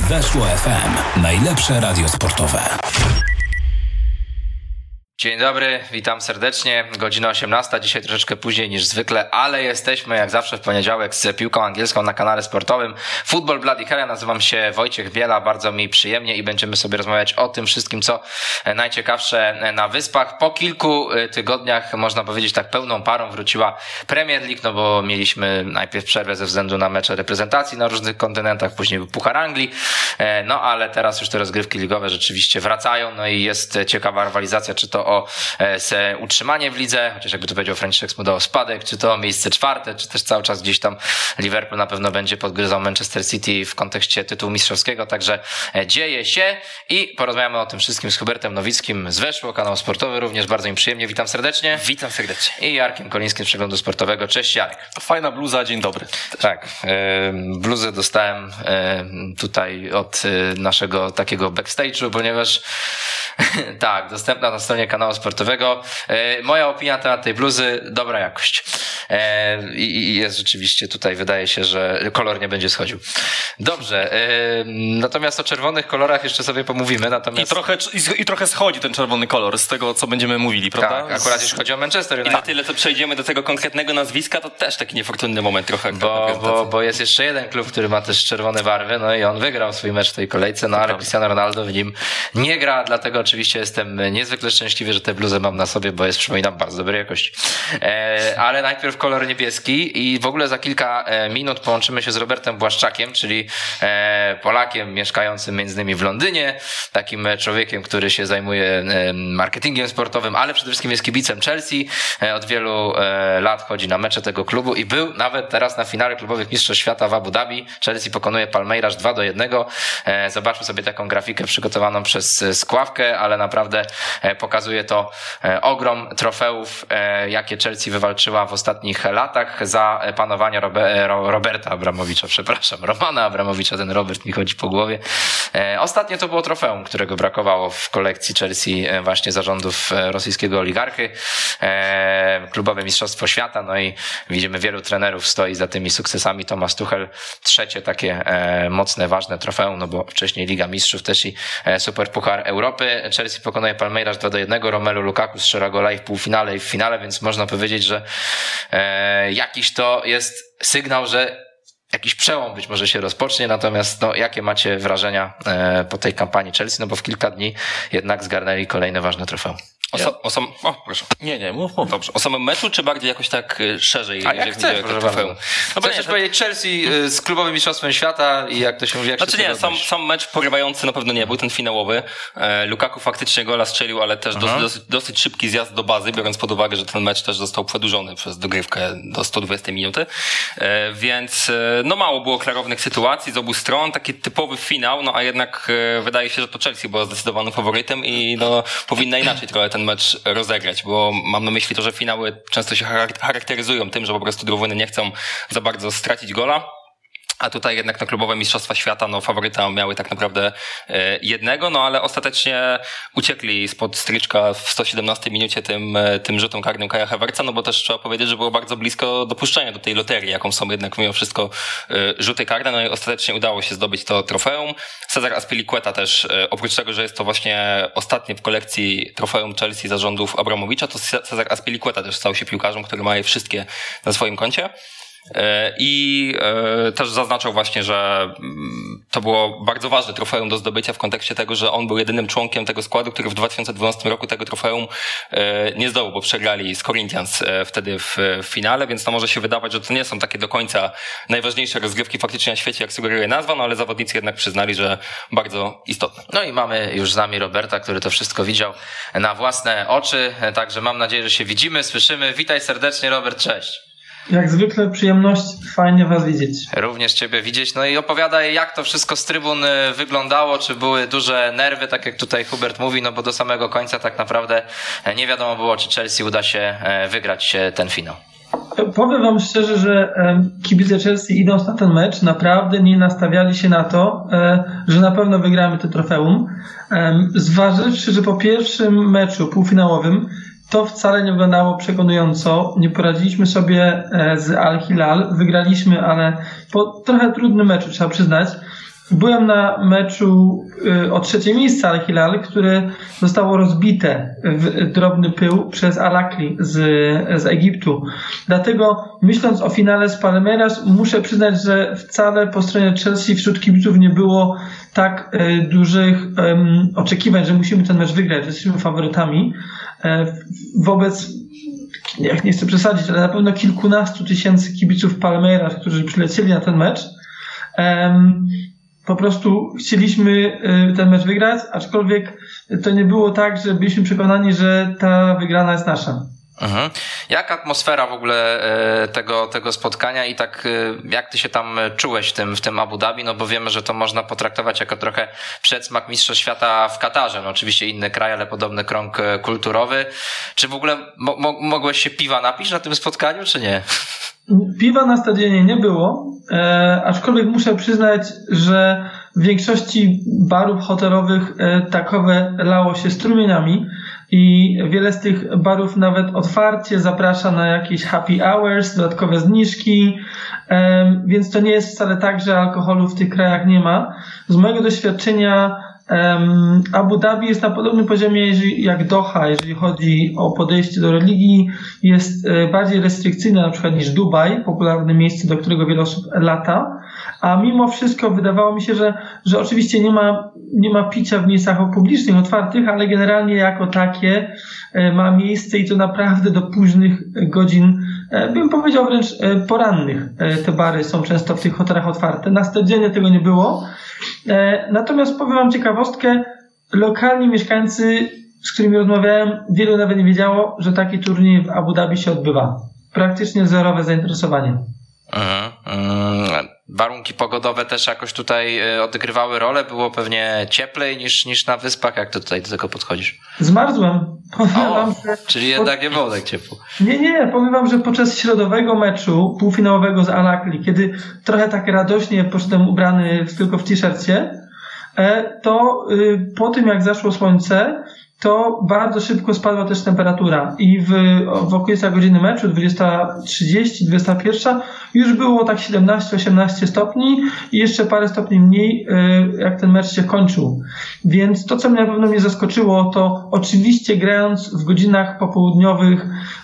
Weszło FM. Najlepsze radio sportowe. Dzień dobry, witam serdecznie. Godzina 18, dzisiaj troszeczkę później niż zwykle, ale jesteśmy jak zawsze w poniedziałek z piłką angielską na kanale sportowym Football Bloody Hell. Nazywam się Wojciech Biela, bardzo mi przyjemnie i będziemy sobie rozmawiać o tym wszystkim, co najciekawsze na Wyspach. Po kilku tygodniach, można powiedzieć tak pełną parą, wróciła Premier League, no bo mieliśmy najpierw przerwę ze względu na mecze reprezentacji na różnych kontynentach, później był Puchar Anglii, no ale teraz już te rozgrywki ligowe rzeczywiście wracają, no i jest ciekawa rywalizacja, czy to o utrzymanie w lidze, chociaż jakby to powiedział Franciszek Smuda, o spadek, czy to o miejsce czwarte, czy też cały czas gdzieś tam Liverpool na pewno będzie podgryzał Manchester City w kontekście tytułu mistrzowskiego, także dzieje się i porozmawiamy o tym wszystkim z Hubertem Nowickim z Weszło, kanał sportowy, również bardzo mi przyjemnie, witam serdecznie. Witam serdecznie. I Jarkiem Kolińskim z Przeglądu Sportowego, cześć Jarek. Fajna bluza, dzień dobry. Tak, bluzę dostałem tutaj od naszego takiego backstage'u, ponieważ tak, dostępna na stronie kanału sportowego. Moja opinia na temat tej bluzy, dobra jakość. I jest rzeczywiście tutaj, wydaje się, że kolor nie będzie schodził. Dobrze, natomiast o czerwonych kolorach jeszcze sobie pomówimy. Natomiast... I trochę schodzi ten czerwony kolor z tego, co będziemy mówili, prawda? Tak, akurat jeśli chodzi o Manchester United. I na tyle, co przejdziemy do tego konkretnego nazwiska, to też taki niefortunny moment trochę. Bo jest jeszcze jeden klub, który ma też czerwone barwy, no i on wygrał swój mecz w tej kolejce, no ale Cristiano Ronaldo w nim nie gra, dlatego oczywiście jestem niezwykle szczęśliwy, że tę bluzę mam na sobie, bo jest, przypominam, bardzo dobrej jakości. Ale najpierw kolor niebieski i w ogóle za kilka minut połączymy się z Robertem Błaszczakiem, czyli Polakiem mieszkającym między innymi w Londynie, takim człowiekiem, który się zajmuje marketingiem sportowym, ale przede wszystkim jest kibicem Chelsea. Od wielu lat chodzi na mecze tego klubu i był nawet teraz na finale klubowych mistrzostw świata w Abu Dhabi. Chelsea pokonuje Palmeiras 2-1. Zobaczmy sobie taką grafikę przygotowaną przez Skławkę, ale naprawdę pokazuje to ogrom trofeów, jakie Chelsea wywalczyła w ostatnich latach za panowania Roberta Abramowicza, Romana Abramowicza, ten Robert mi chodzi po głowie. Ostatnio to było trofeum, którego brakowało w kolekcji Chelsea właśnie zarządów rosyjskiego oligarchy. Klubowe mistrzostwo świata, no i widzimy wielu trenerów stoi za tymi sukcesami. Tomasz Tuchel, trzecie takie mocne, ważne trofeum, no bo wcześniej Liga Mistrzów też i Super Puchar Europy. Chelsea pokonuje Palmeiras 2-1, Romelu Lukaku strzela gola i w półfinale i w finale, więc można powiedzieć, że jakiś to jest sygnał, że jakiś przełom być może się rozpocznie, natomiast no, jakie macie wrażenia po tej kampanii Chelsea, no bo w kilka dni jednak zgarnęli kolejne ważne trofeum. Proszę. Nie, mów. Dobrze. O samym meczu, czy bardziej jakoś tak szerzej? A jak chcesz, proszę bardzo. No chcesz powiedzieć Chelsea z klubowym mistrzostwem świata i jak to się mówi, jak znaczy nie, sam mecz porywający na pewno nie był, ten finałowy. Lukaku faktycznie gola strzelił, ale też dosyć szybki zjazd do bazy, biorąc pod uwagę, że ten mecz też został przedłużony przez dogrywkę do 120 minuty. Więc no mało było klarownych sytuacji z obu stron, taki typowy finał, no a jednak wydaje się, że to Chelsea była zdecydowanym faworytem i no powinna inaczej trochę ten mecz rozegrać, bo mam na myśli to, że finały często się charakteryzują tym, że po prostu drużyny nie chcą za bardzo stracić gola. A tutaj jednak na klubowe mistrzostwa świata, no faworyta miały tak naprawdę jednego, no ale ostatecznie uciekli spod stryczka w 117 minucie tym rzutem karnym Kaja Havertza, no bo też trzeba powiedzieć, że było bardzo blisko dopuszczenia do tej loterii, jaką są jednak mimo wszystko rzuty karne, no i ostatecznie udało się zdobyć to trofeum. Cezar Azpilicueta też, oprócz tego, że jest to właśnie ostatnie w kolekcji trofeum Chelsea zarządów Abramowicza, to Cezar Azpilicueta też stał się piłkarzem, który ma je wszystkie na swoim koncie. I też zaznaczał właśnie, że to było bardzo ważne trofeum do zdobycia w kontekście tego, że on był jedynym członkiem tego składu, który w 2012 roku tego trofeum nie zdobył, bo przegrali z Corinthians wtedy w finale, więc to może się wydawać, że to nie są takie do końca najważniejsze rozgrywki faktycznie na świecie, jak sugeruje nazwa, no ale zawodnicy jednak przyznali, że bardzo istotne. No i mamy już z nami Roberta, który to wszystko widział na własne oczy, także mam nadzieję, że się widzimy, słyszymy. Witaj serdecznie, Robert, cześć. Jak zwykle przyjemność, fajnie was widzieć. Również ciebie widzieć. No i opowiadaj, jak to wszystko z trybun wyglądało, czy były duże nerwy, tak jak tutaj Hubert mówi, no bo do samego końca tak naprawdę nie wiadomo było, czy Chelsea uda się wygrać ten finał. Powiem wam szczerze, że kibice Chelsea idąc na ten mecz naprawdę nie nastawiali się na to, że na pewno wygramy to trofeum. Zważywszy, że po pierwszym meczu półfinałowym to wcale nie wyglądało przekonująco. Nie poradziliśmy sobie z Al Hilal. Wygraliśmy, ale po trochę trudnym meczu, trzeba przyznać. byłem na meczu o 3. miejsce Al-Hilal, które zostało rozbite w drobny pył przez Al-Ahli z Egiptu. Dlatego myśląc o finale z Palmeiras, muszę przyznać, że wcale po stronie Chelsea wśród kibiców nie było tak dużych oczekiwań, że musimy ten mecz wygrać, że jesteśmy faworytami wobec, jak nie chcę przesadzić, ale na pewno kilkunastu tysięcy kibiców Palmeiras, którzy przylecieli na ten mecz. Po prostu chcieliśmy ten mecz wygrać, aczkolwiek to nie było tak, że byliśmy przekonani, że ta wygrana jest nasza. Mhm. Jak atmosfera w ogóle tego spotkania i tak jak ty się tam czułeś w tym Abu Dhabi, no bo wiemy, że to można potraktować jako trochę przedsmak Mistrzostw Świata w Katarze, no oczywiście inny kraj, ale podobny krąg kulturowy. Czy w ogóle mogłeś się piwa napić na tym spotkaniu, czy nie? Piwa na stadionie nie było, aczkolwiek muszę przyznać, że w większości barów hotelowych takowe lało się strumieniami i wiele z tych barów nawet otwarcie zaprasza na jakieś happy hours, dodatkowe zniżki, więc to nie jest wcale tak, że alkoholu w tych krajach nie ma. Z mojego doświadczenia Abu Dhabi jest na podobnym poziomie jak Doha, jeżeli chodzi o podejście do religii. Jest bardziej restrykcyjne na przykład niż Dubaj, popularne miejsce, do którego wiele osób lata. A mimo wszystko wydawało mi się, że oczywiście nie ma picia w miejscach publicznych, otwartych, ale generalnie jako takie ma miejsce i to naprawdę do późnych godzin, bym powiedział wręcz porannych. Te bary są często w tych hotelach otwarte. Na stadionie tego nie było. Natomiast powiem wam ciekawostkę, lokalni mieszkańcy, z którymi rozmawiałem, wielu nawet nie wiedziało, że taki turniej w Abu Dhabi się odbywa. Praktycznie zerowe zainteresowanie. Warunki pogodowe też jakoś tutaj odgrywały rolę? Było pewnie cieplej niż na wyspach? Jak ty tutaj do tego podchodzisz? Zmarzłem. Czyli jednak nie było tak ciepło. Nie. Powiem wam, że podczas środowego meczu półfinałowego z Al-Ahli, kiedy trochę tak radośnie poszedłem ubrany tylko w t-shircie, to po tym jak zaszło słońce, to bardzo szybko spadła też temperatura i w okolicach godziny meczu 20:30, 21 już było tak 17-18 stopni i jeszcze parę stopni mniej, jak ten mecz się kończył. Więc to, co mnie na pewno mnie zaskoczyło, to oczywiście grając w godzinach popołudniowych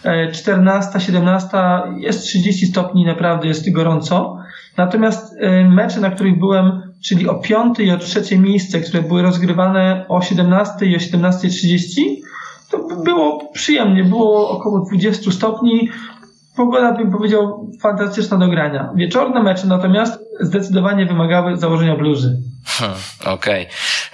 14-17 jest 30 stopni, naprawdę jest gorąco. Natomiast mecze, na których byłem, czyli o 5. i o 3. miejsce, które były rozgrywane o 17 i o 17:30, to było przyjemnie, było około 20 stopni. Pogoda, bym powiedział, fantastyczna do grania. Wieczorne mecze natomiast zdecydowanie wymagały założenia bluzy. Okej.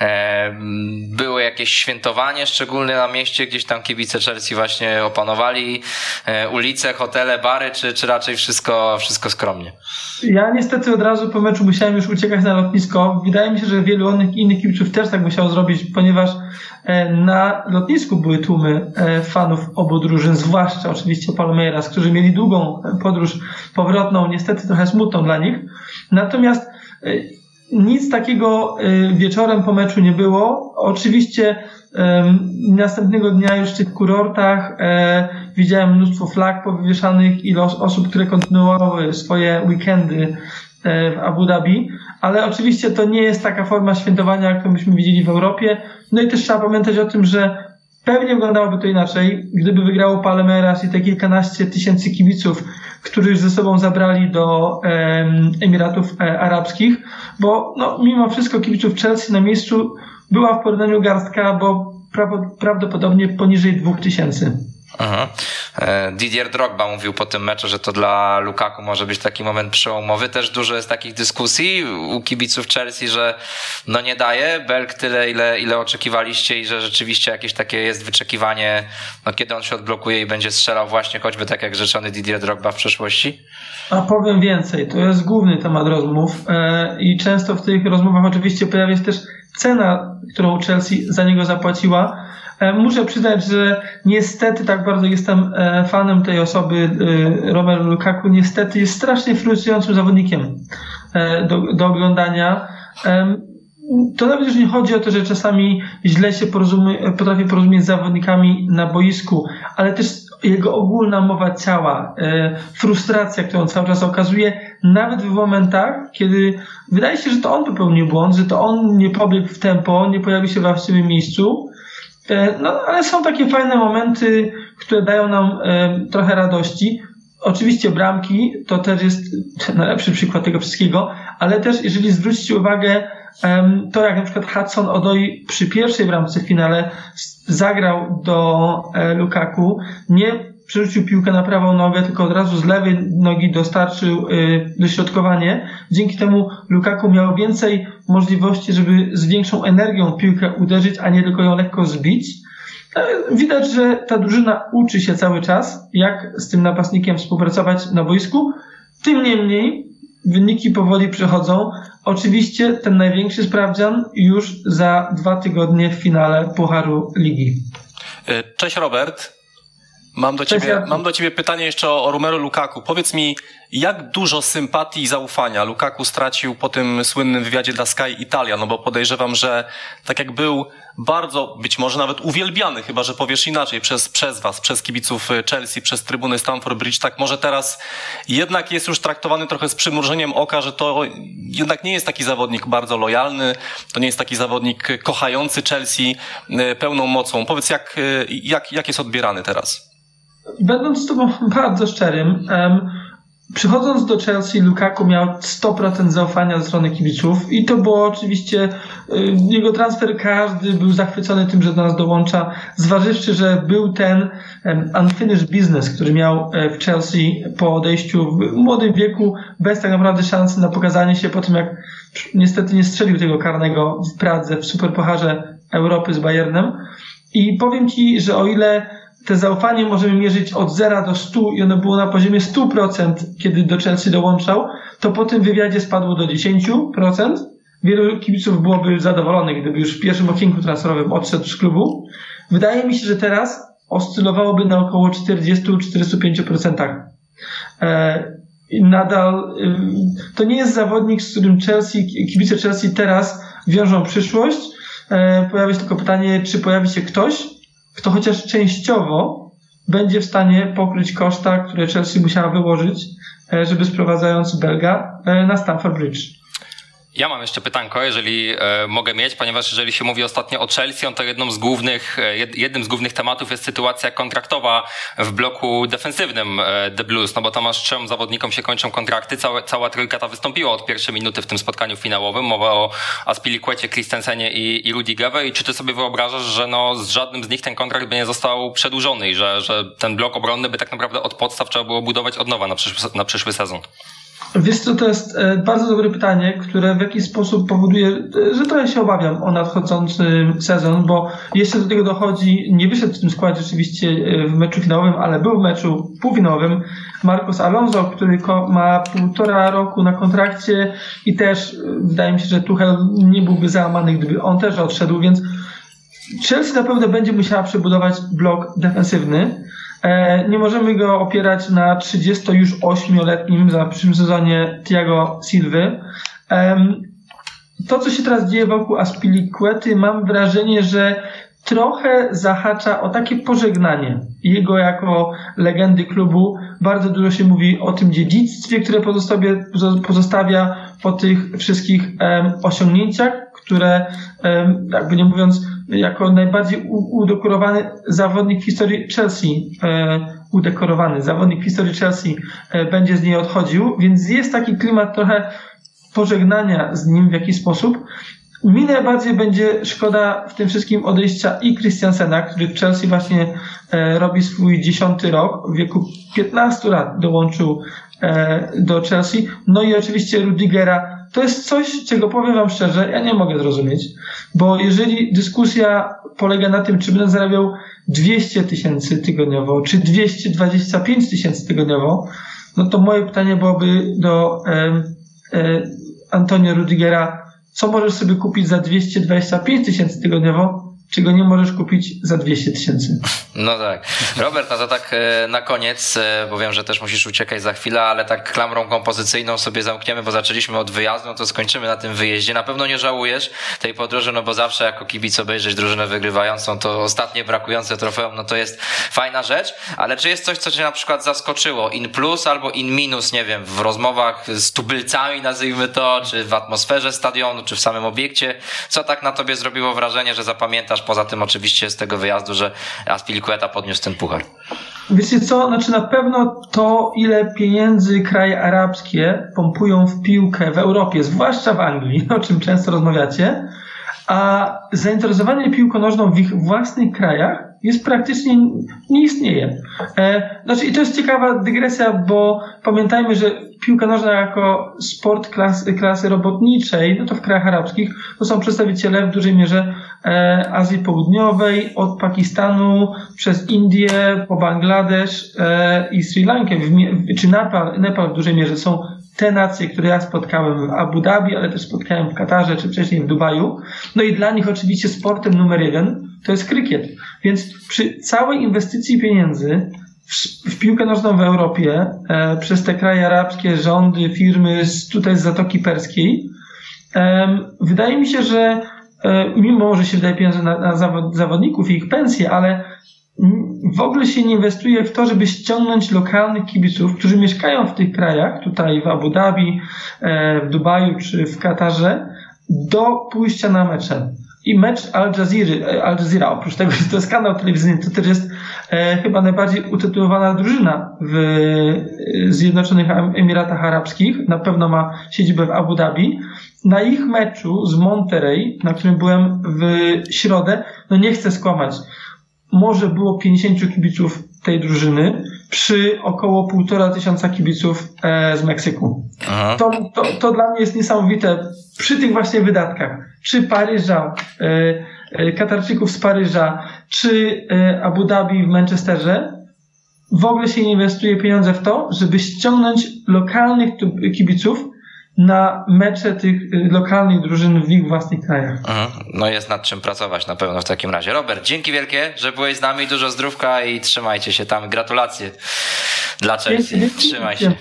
Było jakieś świętowanie szczególne na mieście? Gdzieś tam kibice Chelsea właśnie opanowali ulice, hotele, bary, czy raczej wszystko skromnie? Ja niestety od razu po meczu musiałem już uciekać na lotnisko. Wydaje mi się, że wielu innych kibiców też tak musiało zrobić, ponieważ na lotnisku były tłumy fanów obu drużyn, zwłaszcza oczywiście Palmeiras, którzy mieli długą podróż powrotną, niestety trochę smutną dla nich. Natomiast nic takiego wieczorem po meczu nie było. Oczywiście następnego dnia już w tych kurortach widziałem mnóstwo flag powywieszanych i osób, które kontynuowały swoje weekendy w Abu Dhabi, ale oczywiście to nie jest taka forma świętowania, jaką myśmy widzieli w Europie. No i też trzeba pamiętać o tym, że pewnie wyglądałoby to inaczej, gdyby wygrało Palmeiras i te kilkanaście tysięcy kibiców, których ze sobą zabrali do Emiratów Arabskich, bo mimo wszystko kibiców Chelsea na miejscu była w porównaniu garstka, bo prawdopodobnie poniżej 2000. Aha. Didier Drogba mówił po tym meczu, że to dla Lukaku może być taki moment przełomowy. Też dużo jest takich dyskusji u kibiców Chelsea, że nie daje Belg tyle, ile oczekiwaliście i że rzeczywiście jakieś takie jest wyczekiwanie, kiedy on się odblokuje i będzie strzelał właśnie choćby tak jak rzeczony Didier Drogba w przeszłości? A powiem więcej, to jest główny temat rozmów i często w tych rozmowach oczywiście pojawia się też cena, którą Chelsea za niego zapłaciła. Muszę przyznać, że niestety tak bardzo jestem fanem tej osoby, Romelu Lukaku, niestety jest strasznie frustrującym zawodnikiem do oglądania. To nawet już nie chodzi o to, że czasami źle się potrafi porozumieć z zawodnikami na boisku, ale też jego ogólna mowa ciała, frustracja, którą cały czas okazuje, nawet w momentach, kiedy wydaje się, że to on popełnił błąd, że to on nie pobiegł w tempo, nie pojawił się we właściwym miejscu. No, ale są takie fajne momenty, które dają nam trochę radości. Oczywiście bramki to też jest najlepszy przykład tego wszystkiego, ale też jeżeli zwrócicie uwagę, to jak na przykład Hudson-Odoi przy pierwszej bramce w finale zagrał do Lukaku, nie przerzucił piłkę na prawą nogę, tylko od razu z lewej nogi dostarczył dośrodkowanie. Dzięki temu Lukaku miał więcej możliwości, żeby z większą energią piłkę uderzyć, a nie tylko ją lekko zbić. Widać, że ta drużyna uczy się cały czas, jak z tym napastnikiem współpracować na boisku. Tym niemniej wyniki powoli przychodzą. Oczywiście ten największy sprawdzian już za 2 tygodnie w finale Pucharu Ligi. Cześć Robert. Mam do ciebie pytanie jeszcze o Romelu Lukaku. Powiedz mi, jak dużo sympatii i zaufania Lukaku stracił po tym słynnym wywiadzie dla Sky Italia? No bo podejrzewam, że tak jak był bardzo, być może nawet uwielbiany, chyba że powiesz inaczej, przez was, przez kibiców Chelsea, przez trybuny Stamford Bridge, tak może teraz jednak jest już traktowany trochę z przymrużeniem oka, że to jednak nie jest taki zawodnik bardzo lojalny, to nie jest taki zawodnik kochający Chelsea pełną mocą. Powiedz, jak jest odbierany teraz? Będąc z tobą bardzo szczerym, przychodząc do Chelsea, Lukaku miał 100% zaufania ze strony kibiców i to było oczywiście jego transfer, każdy był zachwycony tym, że do nas dołącza, zważywszy, że był ten unfinished business, który miał w Chelsea po odejściu w młodym wieku, bez tak naprawdę szansy na pokazanie się po tym, jak niestety nie strzelił tego karnego w Pradze w Superpucharze Europy z Bayernem. I powiem ci, że o ile te zaufanie możemy mierzyć od 0 do 100 i ono było na poziomie 100%, kiedy do Chelsea dołączał, to po tym wywiadzie spadło do 10%. Wielu kibiców byłoby zadowolonych, gdyby już w pierwszym okienku transferowym odszedł z klubu. Wydaje mi się, że teraz oscylowałoby na około 40-45%. Nadal to nie jest zawodnik, z którym kibice Chelsea teraz wiążą przyszłość. Pojawia się tylko pytanie, czy pojawi się ktoś, kto chociaż częściowo będzie w stanie pokryć koszta, które Chelsea musiała wyłożyć, żeby sprowadzając Belga na Stamford Bridge. Ja mam jeszcze pytanko, jeżeli mogę mieć, ponieważ jeżeli się mówi ostatnio o Chelsea, to jednym z głównych tematów jest sytuacja kontraktowa w bloku defensywnym The Blues, no bo tam aż 3 zawodnikom się kończą kontrakty, cała trójka ta wystąpiła od pierwszej minuty w tym spotkaniu finałowym, mowa o Azpilicuecie, Christensenie i Rudigerze i czy ty sobie wyobrażasz, że z żadnym z nich ten kontrakt by nie został przedłużony i że ten blok obronny by tak naprawdę od podstaw trzeba było budować od nowa na przyszły sezon? Wiesz co, to jest bardzo dobre pytanie, które w jakiś sposób powoduje, że trochę się obawiam o nadchodzący sezon, bo jeszcze do tego dochodzi, nie wyszedł w tym składzie oczywiście w meczu finałowym, ale był w meczu półfinałowym Marcos Alonso, który ma 1,5 roku na kontrakcie i też wydaje mi się, że Tuchel nie byłby załamany, gdyby on też odszedł, więc Chelsea na pewno będzie musiała przebudować blok defensywny. Nie możemy go opierać na 38-letnim za przyszłym sezonie Thiago Silvy. To, co się teraz dzieje wokół Azpilicuety, mam wrażenie, że trochę zahacza o takie pożegnanie jego jako legendy klubu. Bardzo dużo się mówi o tym dziedzictwie, które pozostawia po tych wszystkich osiągnięciach, które, jakby nie mówiąc, jako najbardziej udekorowany zawodnik w historii Chelsea, będzie z niej odchodził, więc jest taki klimat trochę pożegnania z nim w jakiś sposób. Mi najbardziej będzie szkoda w tym wszystkim odejścia i Christensena, który w Chelsea właśnie robi swój 10. rok, w wieku 15 lat dołączył do Chelsea, no i oczywiście Rudigera. To jest coś, czego powiem wam szczerze, ja nie mogę zrozumieć, bo jeżeli dyskusja polega na tym, czy będę zarabiał 200 000 tygodniowo, czy 225 000 tygodniowo, no to moje pytanie byłoby do Antonio Rudigera, co możesz sobie kupić za 225 000 tygodniowo, czego nie możesz kupić za 200 000. No tak. Robert, no to tak na koniec, bo wiem, że też musisz uciekać za chwilę, ale tak klamrą kompozycyjną sobie zamkniemy, bo zaczęliśmy od wyjazdu, no to skończymy na tym wyjeździe. Na pewno nie żałujesz tej podróży, no bo zawsze jako kibic obejrzeć drużynę wygrywającą, to ostatnie brakujące trofeum, no to jest fajna rzecz, ale czy jest coś, co cię na przykład zaskoczyło? In plus albo in minus, nie wiem, w rozmowach z tubylcami, nazwijmy to, czy w atmosferze stadionu, czy w samym obiekcie? Co tak na tobie zrobiło wrażenie, że zapamiętasz, poza tym oczywiście z tego wyjazdu, że Azpilicueta podniósł ten puchar? Wiecie co, znaczy na pewno to, ile pieniędzy kraje arabskie pompują w piłkę w Europie, zwłaszcza w Anglii, o czym często rozmawiacie, a zainteresowanie piłką nożną w ich własnych krajach jest praktycznie nie istnieje. Znaczy, i to jest ciekawa dygresja, bo pamiętajmy, że piłka nożna jako sport klasy robotniczej, no to w krajach arabskich to są przedstawiciele w dużej mierze Azji Południowej, od Pakistanu przez Indię po Bangladesz i Sri Lankę, czy Nepal w dużej mierze są te nacje, które ja spotkałem w Abu Dhabi, ale też spotkałem w Katarze, czy wcześniej w Dubaju. No i dla nich oczywiście sportem numer 1 to jest krykiet. Więc przy całej inwestycji pieniędzy w piłkę nożną w Europie przez te kraje arabskie, rządy, firmy tutaj z Zatoki Perskiej, wydaje mi się, że mimo, że się wydaje pieniądze na zawodników i ich pensje, ale w ogóle się nie inwestuje w to, żeby ściągnąć lokalnych kibiców, którzy mieszkają w tych krajach, tutaj w Abu Dhabi, w Dubaju czy w Katarze, do pójścia na mecze. I mecz Al Jazeera, oprócz tego, że to jest kanał telewizyjny, to też jest chyba najbardziej utytułowana drużyna w Zjednoczonych Emiratach Arabskich, na pewno ma siedzibę w Abu Dhabi. Na ich meczu z Monterrey, na którym byłem w środę, no nie chcę skłamać, może było 50 kibiców tej drużyny przy około 1500 kibiców z Meksyku. To dla mnie jest niesamowite przy tych właśnie wydatkach. Czy Paryża, Katarczyków z Paryża, czy Abu Dhabi w Manchesterze, w ogóle się nie inwestuje pieniądze w to, żeby ściągnąć lokalnych kibiców na mecze tych lokalnych drużyn w ich własnych krajach. No jest nad czym pracować na pewno w takim razie. Robert, dzięki wielkie, że byłeś z nami, dużo zdrówka i trzymajcie się tam. Gratulacje dla Chelsea. Trzymaj się.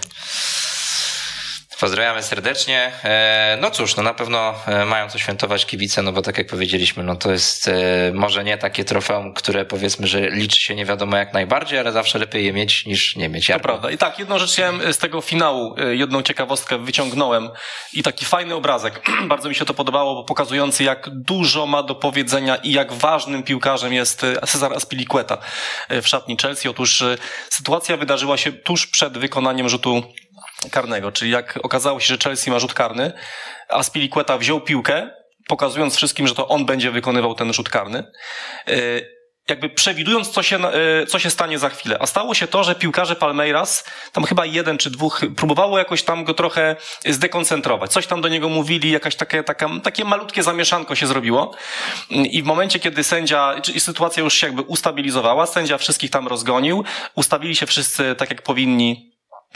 Pozdrawiamy serdecznie. No cóż, no na pewno mają co świętować kibice, no bo tak jak powiedzieliśmy, no to jest może nie takie trofeum, które powiedzmy, że liczy się nie wiadomo jak najbardziej, ale zawsze lepiej je mieć niż nie mieć. To prawda. I tak, jedną rzecz chciałem z tego finału, jedną ciekawostkę wyciągnąłem i taki fajny obrazek. Bardzo mi się to podobało, bo pokazujący jak dużo ma do powiedzenia i jak ważnym piłkarzem jest Cesar Azpilicueta w szatni Chelsea. Otóż sytuacja wydarzyła się tuż przed wykonaniem rzutu karnego, czyli jak okazało się, że Chelsea ma rzut karny, Azpilicueta wziął piłkę, pokazując wszystkim, że to on będzie wykonywał ten rzut karny, jakby przewidując, co się stanie za chwilę. A stało się to, że piłkarze Palmeiras, tam chyba 1 czy 2, próbowało jakoś tam go trochę zdekoncentrować. Coś tam do niego mówili, jakaś takie malutkie zamieszanko się zrobiło. I w momencie, kiedy sytuacja już się jakby ustabilizowała, sędzia wszystkich tam rozgonił, ustawili się wszyscy tak, jak powinni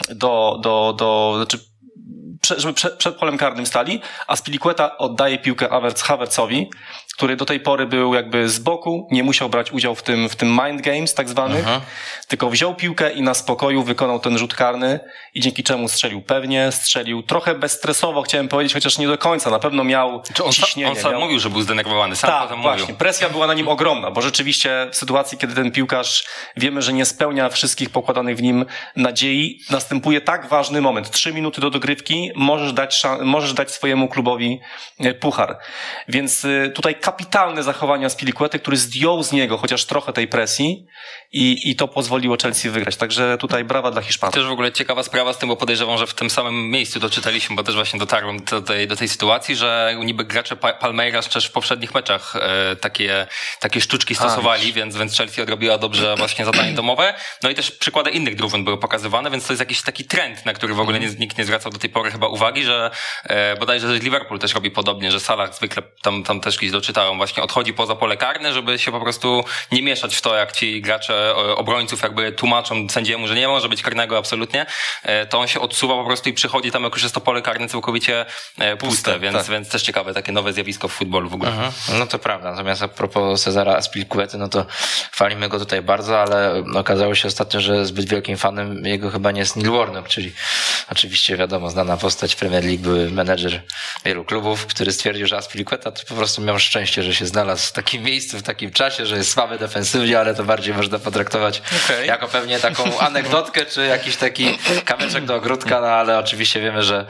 żeby przed polem karnym stali, a Azpilicueta oddaje piłkę Havertzowi, który do tej pory był jakby z boku, nie musiał brać udziału w tym mind games tak zwanych, tylko wziął piłkę i na spokoju wykonał ten rzut karny i dzięki czemu strzelił trochę bezstresowo, chciałem powiedzieć, chociaż nie do końca, na pewno miał ciśnienie. On sam mówił, że był zdenerwowany. Tak, właśnie, presja była na nim ogromna, bo rzeczywiście w sytuacji, kiedy ten piłkarz wiemy, że nie spełnia wszystkich pokładanych w nim nadziei, następuje tak ważny moment, 3 minuty do dogrywki, możesz dać swojemu klubowi puchar. Więc tutaj kapitalne zachowanie Azpilicuety, który zdjął z niego chociaż trochę tej presji i to pozwoliło Chelsea wygrać. Także tutaj brawa dla Hiszpanów. Też w ogóle ciekawa sprawa z tym, bo podejrzewam, że w tym samym miejscu doczytaliśmy, bo też właśnie dotarłem do tej sytuacji, że niby gracze Palmeiras też w poprzednich meczach takie sztuczki stosowali, więc Chelsea odrobiła dobrze właśnie zadanie domowe. No i też przykłady innych drużyn były pokazywane, więc to jest jakiś taki trend, na który w ogóle nikt nie zwracał do tej pory chyba uwagi, że bodajże Liverpool też robi podobnie, że Salah zwykle tam też kiedyś doczytałem, czytałem, właśnie odchodzi poza pole karne, żeby się po prostu nie mieszać w to, jak ci gracze obrońców jakby tłumaczą sędziemu, że nie może być karnego absolutnie, to on się odsuwa po prostu i przychodzi tam, jak już jest to pole karne całkowicie puste, więc też ciekawe takie nowe zjawisko w futbolu w ogóle. No to prawda, natomiast a propos Cezara Azpilicuety, no to chwalimy go tutaj bardzo, ale okazało się ostatnio, że zbyt wielkim fanem jego chyba nie jest Neil Warnock, czyli oczywiście wiadomo, znana postać w Premier League, były menedżer wielu klubów, który stwierdził, że Azpilicueta to po prostu miał szczęście, że się znalazł w takim miejscu, w takim czasie, że jest słaby defensywnie, ale to bardziej można potraktować jako pewnie taką anegdotkę, czy jakiś taki kamyczek do ogródka, no ale oczywiście wiemy, że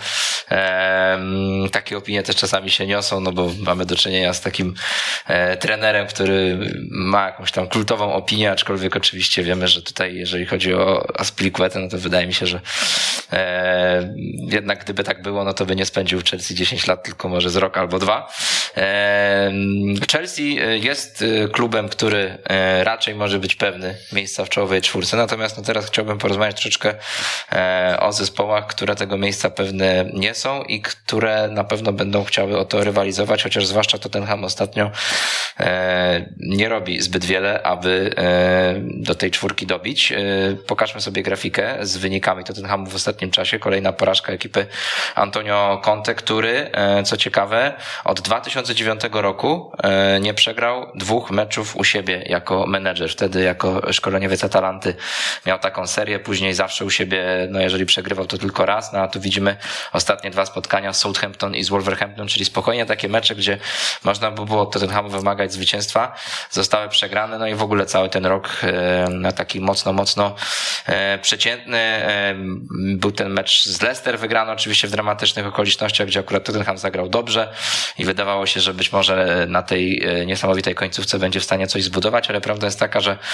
takie opinie też czasami się niosą, no bo mamy do czynienia z takim trenerem, który ma jakąś tam kultową opinię, aczkolwiek oczywiście wiemy, że tutaj jeżeli chodzi o Azpilicuetę, no to wydaje mi się, że jednak gdyby tak było, no to by nie spędził w Chelsea 10 lat, tylko może z rok albo 2. Chelsea jest klubem, który raczej może być pewny miejsca w czołowej czwórce, natomiast no teraz chciałbym porozmawiać troszeczkę o zespołach, które tego miejsca pewne nie są i które na pewno będą chciały o to rywalizować, chociaż zwłaszcza Tottenham ostatnio nie robi zbyt wiele, aby do tej czwórki dobić. Pokażmy sobie grafikę z wynikami Tottenhamu w ostatnim czasie. Kolejna porażka ekipy Antonio Conte, który, co ciekawe, od 2009 roku nie przegrał 2 meczów u siebie jako menedżer. Wtedy jako szkoleniowiec Atalanty miał taką serię, później zawsze u siebie, no jeżeli przegrywał, to tylko raz, no a tu widzimy ostatnie 2 spotkania z Southampton i z Wolverhampton, czyli spokojnie takie mecze, gdzie można by było od Tottenhamu wymagać zwycięstwa, zostały przegrane, no i w ogóle cały ten rok taki mocno przeciętny. Był ten mecz z Leicester wygrany oczywiście w dramatycznych okolicznościach, gdzie akurat Tottenham zagrał dobrze i wydawało się, że być może na tej niesamowitej końcówce będzie w stanie coś zbudować, ale prawda jest taka, że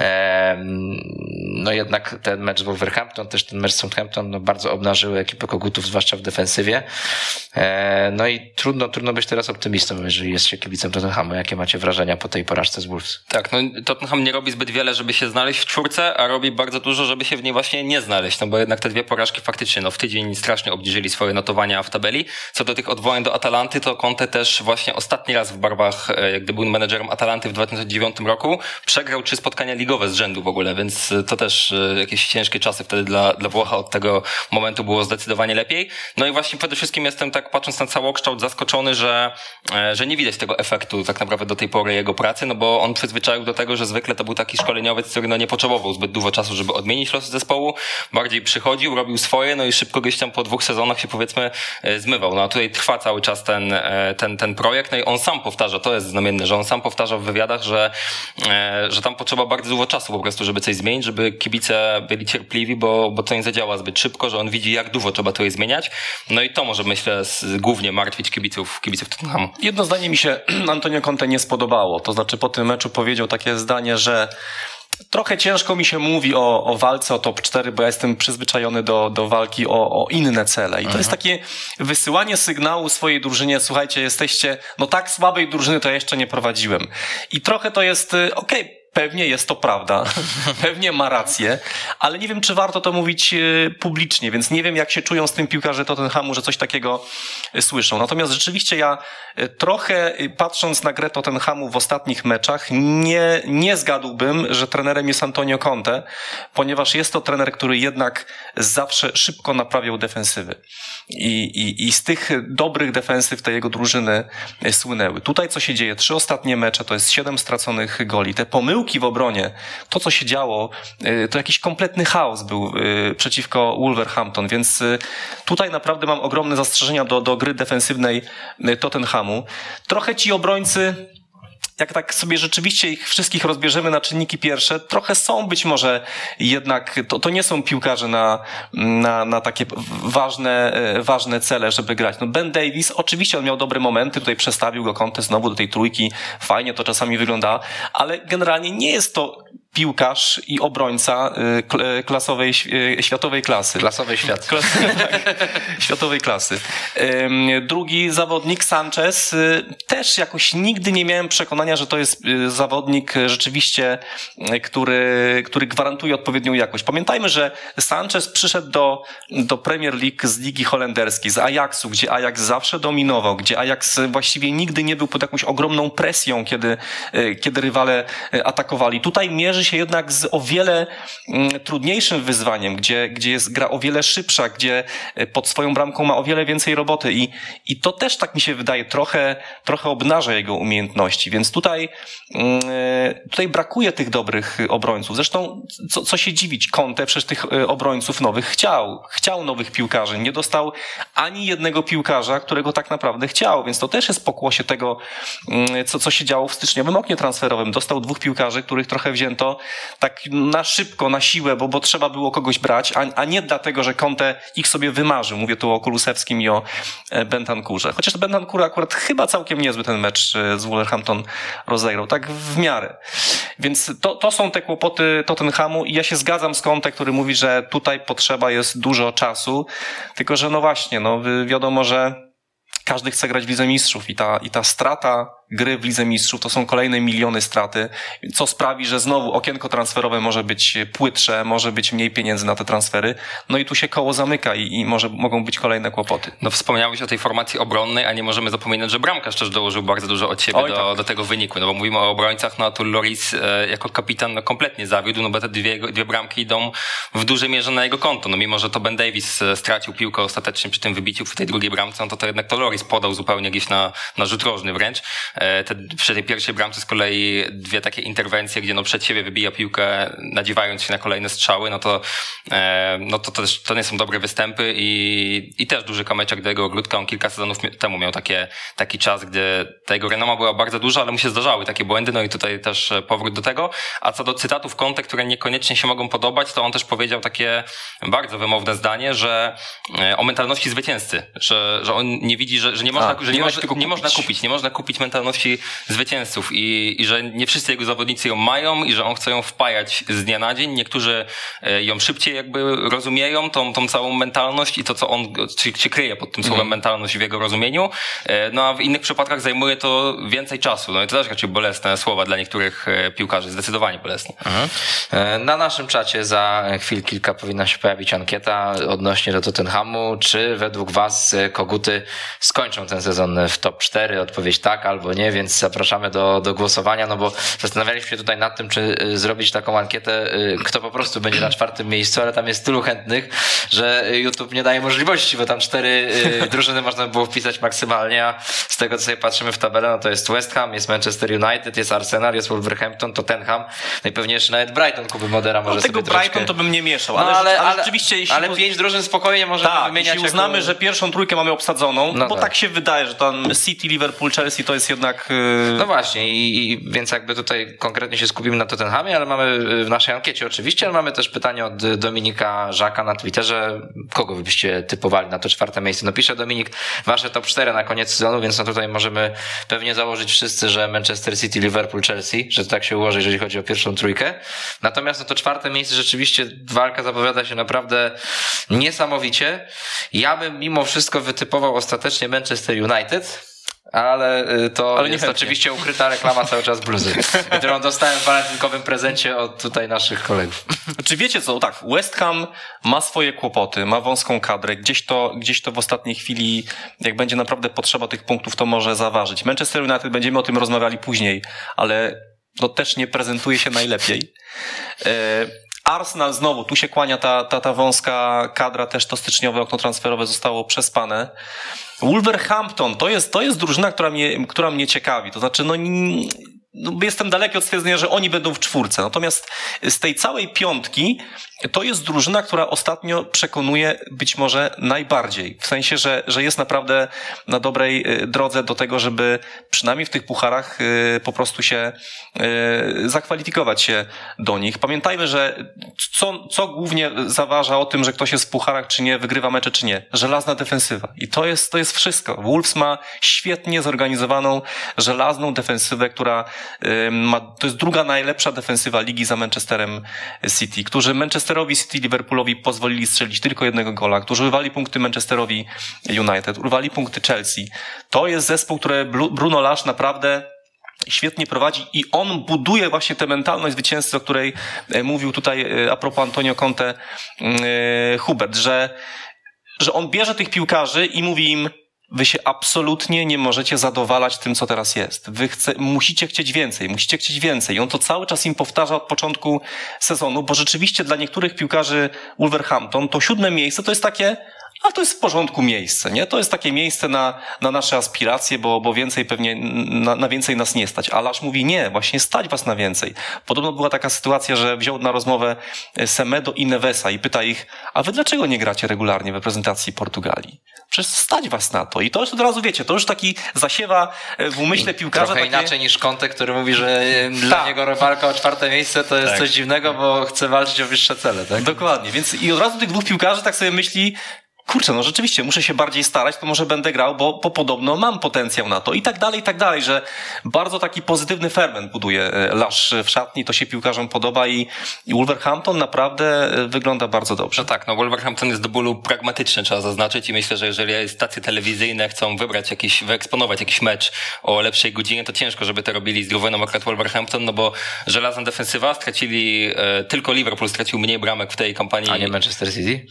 no jednak ten mecz z Wolverhampton, też ten mecz z Southampton no bardzo obnażyły ekipę kogutów, zwłaszcza w defensywie. No i trudno być teraz optymistą, jeżeli jest się kibicem Tottenhamu. Jakie macie wrażenia po tej porażce z Wolves? Tak, no Tottenham nie robi zbyt wiele, żeby się znaleźć w czwórce, a robi bardzo dużo, żeby się w niej właśnie nie znaleźć, no bo jednak te 2 porażki faktycznie no w tydzień strasznie obniżyli swoje notowania w tabeli. Co do tych odwołań do Atalanty, to Conte też właśnie ostatni raz w barwach, gdy był menedżerem Atalanty w 2009 roku, przegrał 3 spotkania ligowe z rzędu w ogóle, więc to też jakieś ciężkie czasy wtedy dla Włocha. Od tego momentu było zdecydowanie lepiej. No i właśnie przede wszystkim jestem tak, patrząc na całokształt, zaskoczony, że nie widać tego efektu tak naprawdę do tej pory jego pracy, no bo on przyzwyczaił do tego, że zwykle to był taki szkoleniowiec, który no nie potrzebował zbyt dużo czasu, żeby odmienić losy zespołu, bardziej przychodził, robił swoje, no i szybko gdzieś tam po 2 sezonach się powiedzmy zmywał. No a tutaj trwa cały czas ten projekt, no i on sam powtarza, to jest znamienne, że on sam powtarza w wywiadach, że tam potrzeba bardzo dużo czasu po prostu, żeby coś zmienić, żeby kibice byli cierpliwi, bo to nie zadziała zbyt szybko, że on widzi, jak dużo trzeba to zmieniać. No i to może, myślę, głównie martwić kibiców Tottenhamu. Jedno zdanie mi się Antonio Conte nie spodobało, to znaczy po tym meczu powiedział takie zdanie, że trochę ciężko mi się mówi o walce o top 4, bo ja jestem przyzwyczajony do walki o inne cele. I to jest takie wysyłanie sygnału swojej drużynie, słuchajcie, jesteście, no tak słabej drużyny to ja jeszcze nie prowadziłem. I trochę to jest, pewnie jest to prawda, pewnie ma rację, ale nie wiem, czy warto to mówić publicznie, więc nie wiem, jak się czują z tym piłkarze Tottenhamu, że coś takiego słyszą. Natomiast rzeczywiście ja trochę, patrząc na grę Tottenhamu w ostatnich meczach, nie zgadłbym, że trenerem jest Antonio Conte, ponieważ jest to trener, który jednak zawsze szybko naprawiał defensywy. I z tych dobrych defensyw tej jego drużyny słynęły. Tutaj co się dzieje? 3 ostatnie mecze to jest 7 straconych goli. Te pomyłki w obronie, to co się działo, to jakiś kompletny chaos był przeciwko Wolverhampton, więc tutaj naprawdę mam ogromne zastrzeżenia do gry defensywnej Tottenhamu. Trochę ci obrońcy, jak tak sobie rzeczywiście ich wszystkich rozbierzemy na czynniki pierwsze, trochę są być może jednak, to nie są piłkarze na takie ważne cele, żeby grać. No Ben Davies, oczywiście on miał dobre momenty, tutaj przestawił go Conte znowu do tej trójki, fajnie to czasami wygląda, ale generalnie nie jest to piłkarz i obrońca światowej klasy. Klasowej świat. Światowej klasy. Drugi zawodnik, Sanchez, też jakoś nigdy nie miałem przekonania, że to jest zawodnik rzeczywiście, który gwarantuje odpowiednią jakość. Pamiętajmy, że Sanchez przyszedł do Premier League z ligi holenderskiej, z Ajaxu, gdzie Ajax zawsze dominował, gdzie Ajax właściwie nigdy nie był pod jakąś ogromną presją, kiedy rywale atakowali. Tutaj mierzy się jednak z o wiele trudniejszym wyzwaniem, gdzie jest gra o wiele szybsza, gdzie pod swoją bramką ma o wiele więcej roboty i to też, tak mi się wydaje, trochę obnaża jego umiejętności, więc tutaj brakuje tych dobrych obrońców. Zresztą co się dziwić, Conte przecież tych obrońców nowych chciał nowych piłkarzy, nie dostał ani jednego piłkarza, którego tak naprawdę chciał, więc to też jest pokłosie tego, co się działo w styczniowym oknie transferowym. Dostał 2 piłkarzy, których trochę wzięto tak na szybko, na siłę, bo trzeba było kogoś brać, a nie dlatego, że Conte ich sobie wymarzył. Mówię tu o Kulusewskim i o Bentancurze. Chociaż Bentancur akurat chyba całkiem niezły ten mecz z Wolverhampton rozegrał, tak w miarę. Więc to są te kłopoty Tottenhamu i ja się zgadzam z Conte, który mówi, że tutaj potrzeba jest dużo czasu, tylko że no właśnie, wiadomo, że każdy chce grać w Lidze Mistrzów i ta strata gry w Lidze Mistrzów to są kolejne miliony straty, co sprawi, że znowu okienko transferowe może być płytsze, może być mniej pieniędzy na te transfery, no i tu się koło zamyka i mogą być kolejne kłopoty. No wspomniałeś o tej formacji obronnej, a nie możemy zapominać, że bramkarz też dołożył bardzo dużo od siebie do tego wyniku, no bo mówimy o obrońcach, no a tu Lloris jako kapitan kompletnie zawiódł, no bo te dwie bramki idą w dużej mierze na jego konto, no mimo, że to Ben Davies stracił piłkę ostatecznie przy tym wybiciu w tej drugiej bramce, no to jednak to Lloris podał zupełnie gdzieś na rzut rożny wręcz. Przy tej pierwszej bramce z kolei 2 takie interwencje, gdzie przed siebie wybija piłkę, nadziewając się na kolejne strzały, to nie są dobre występy i też duży kamyczek do jego ogródka. On kilka sezonów temu miał taki czas, gdzie ta jego renoma była bardzo duża, ale mu się zdarzały takie błędy, no i tutaj też powrót do tego. A co do cytatów Conte, które niekoniecznie się mogą podobać, to on też powiedział takie bardzo wymowne zdanie, że o mentalności zwycięzcy, że on nie widzi, że nie można kupić mentalności zwycięzców i że nie wszyscy jego zawodnicy ją mają i że on chce ją wpajać z dnia na dzień. Niektórzy ją szybciej jakby rozumieją, tą całą mentalność i to, co on się kryje pod tym słowem mentalność w jego rozumieniu, no a w innych przypadkach zajmuje to więcej czasu. No i to też raczej bolesne słowa dla niektórych piłkarzy, zdecydowanie bolesne. Na naszym czacie za chwil kilka powinna się pojawić ankieta odnośnie do Tottenhamu. Czy według was koguty skończą ten sezon w top 4? Odpowiedź tak albo nie, więc zapraszamy do głosowania, no bo zastanawialiśmy się tutaj nad tym, czy zrobić taką ankietę, kto po prostu będzie na 4. miejscu, ale tam jest tylu chętnych, że YouTube nie daje możliwości, bo tam 4 drużyny można było wpisać maksymalnie, a z tego, co sobie patrzymy w tabelę, no to jest West Ham, jest Manchester United, jest Arsenal, jest Wolverhampton, Tottenham, no i pewnie jeszcze nawet Brighton Kuby Modera może sobie tego troszkę... Brighton to bym nie mieszał, no, ale rzeczywiście... Ale 5 drużyn spokojnie możemy wymieniać. Jeśli uznamy, że pierwszą trójkę mamy obsadzoną, bo tak się wydaje, że tam City, Liverpool, Chelsea to jest jednak... No właśnie, więc jakby tutaj konkretnie się skupimy na Tottenhamie, ale mamy w naszej ankiecie oczywiście, ale mamy też pytanie od Dominika Żaka na Twitterze. Kogo wy byście typowali na to 4. miejsce? No pisze Dominik, wasze top 4 na koniec sezonu, więc no tutaj możemy pewnie założyć wszyscy, że Manchester City, Liverpool, Chelsea, że to tak się ułoży, jeżeli chodzi o pierwszą trójkę. Natomiast no to 4. miejsce rzeczywiście walka zapowiada się naprawdę niesamowicie. Ja bym mimo wszystko wytypował ostatecznie Manchester United, ale to jest oczywiście ukryta reklama cały czas bluzy, którą dostałem w walentynkowym prezencie od tutaj naszych kolegów. Czy wiecie co? Tak, West Ham ma swoje kłopoty, ma wąską kadrę, gdzieś to w ostatniej chwili, jak będzie naprawdę potrzeba tych punktów, to może zaważyć. Manchester United, będziemy o tym rozmawiali później, ale to też nie prezentuje się najlepiej. Arsenal znowu, tu się kłania ta wąska kadra, też to styczniowe okno transferowe zostało przespane. Wolverhampton to jest drużyna, która mnie ciekawi. To znaczy, jestem daleki od stwierdzenia, że oni będą w 4. Natomiast z tej całej 5 to jest drużyna, która ostatnio przekonuje być może najbardziej. W sensie, że jest naprawdę na dobrej drodze do tego, żeby przynajmniej w tych pucharach po prostu się zakwalifikować się do nich. Pamiętajmy, że co głównie zaważa o tym, że ktoś jest w pucharach czy nie, wygrywa mecze czy nie? Żelazna defensywa. I to jest wszystko. Wolves ma świetnie zorganizowaną, żelazną defensywę, która to jest druga najlepsza defensywa ligi za Manchesterem City, którzy Manchesterowi City, Liverpoolowi pozwolili strzelić tylko jednego gola, którzy urwali punkty Manchesterowi United, urwali punkty Chelsea. To jest zespół, który Bruno Lage naprawdę świetnie prowadzi i on buduje właśnie tę mentalność zwycięzcy, o której mówił tutaj a propos Antonio Conte Hubert, że on bierze tych piłkarzy i mówi im: wy się absolutnie nie możecie zadowalać tym, co teraz jest. Musicie chcieć więcej. I on to cały czas im powtarza od początku sezonu, bo rzeczywiście dla niektórych piłkarzy Wolverhampton to 7. miejsce to jest takie, a to jest w porządku miejsce, nie? To jest takie miejsce na nasze aspiracje, bo więcej pewnie, na więcej nas nie stać. A Lage mówi: nie, właśnie stać was na więcej. Podobno była taka sytuacja, że wziął na rozmowę Semedo i Nevesa i pyta ich: a wy dlaczego nie gracie regularnie w reprezentacji Portugalii? Przecież stać was na to. I to już od razu wiecie, to już taki zasiewa w umyśle piłkarza. Trochę inaczej niż Conte, który mówi, że dla niego walka o 4. miejsce to jest coś dziwnego, bo chce walczyć o wyższe cele, tak? Dokładnie, więc i od razu tych dwóch piłkarzy tak sobie myśli: kurczę, no rzeczywiście, muszę się bardziej starać, to może będę grał, bo podobno mam potencjał na to. I tak dalej, że bardzo taki pozytywny ferment buduje Lage w szatni, to się piłkarzom podoba i Wolverhampton naprawdę wygląda bardzo dobrze. No tak, Wolverhampton jest do bólu pragmatyczny, trzeba zaznaczyć, i myślę, że jeżeli stacje telewizyjne chcą wyeksponować jakiś mecz o lepszej godzinie, to ciężko, żeby to robili z drużyną akurat Wolverhampton, no bo żelazna defensywa, tylko Liverpool stracił mniej bramek w tej kampanii. A nie Manchester City?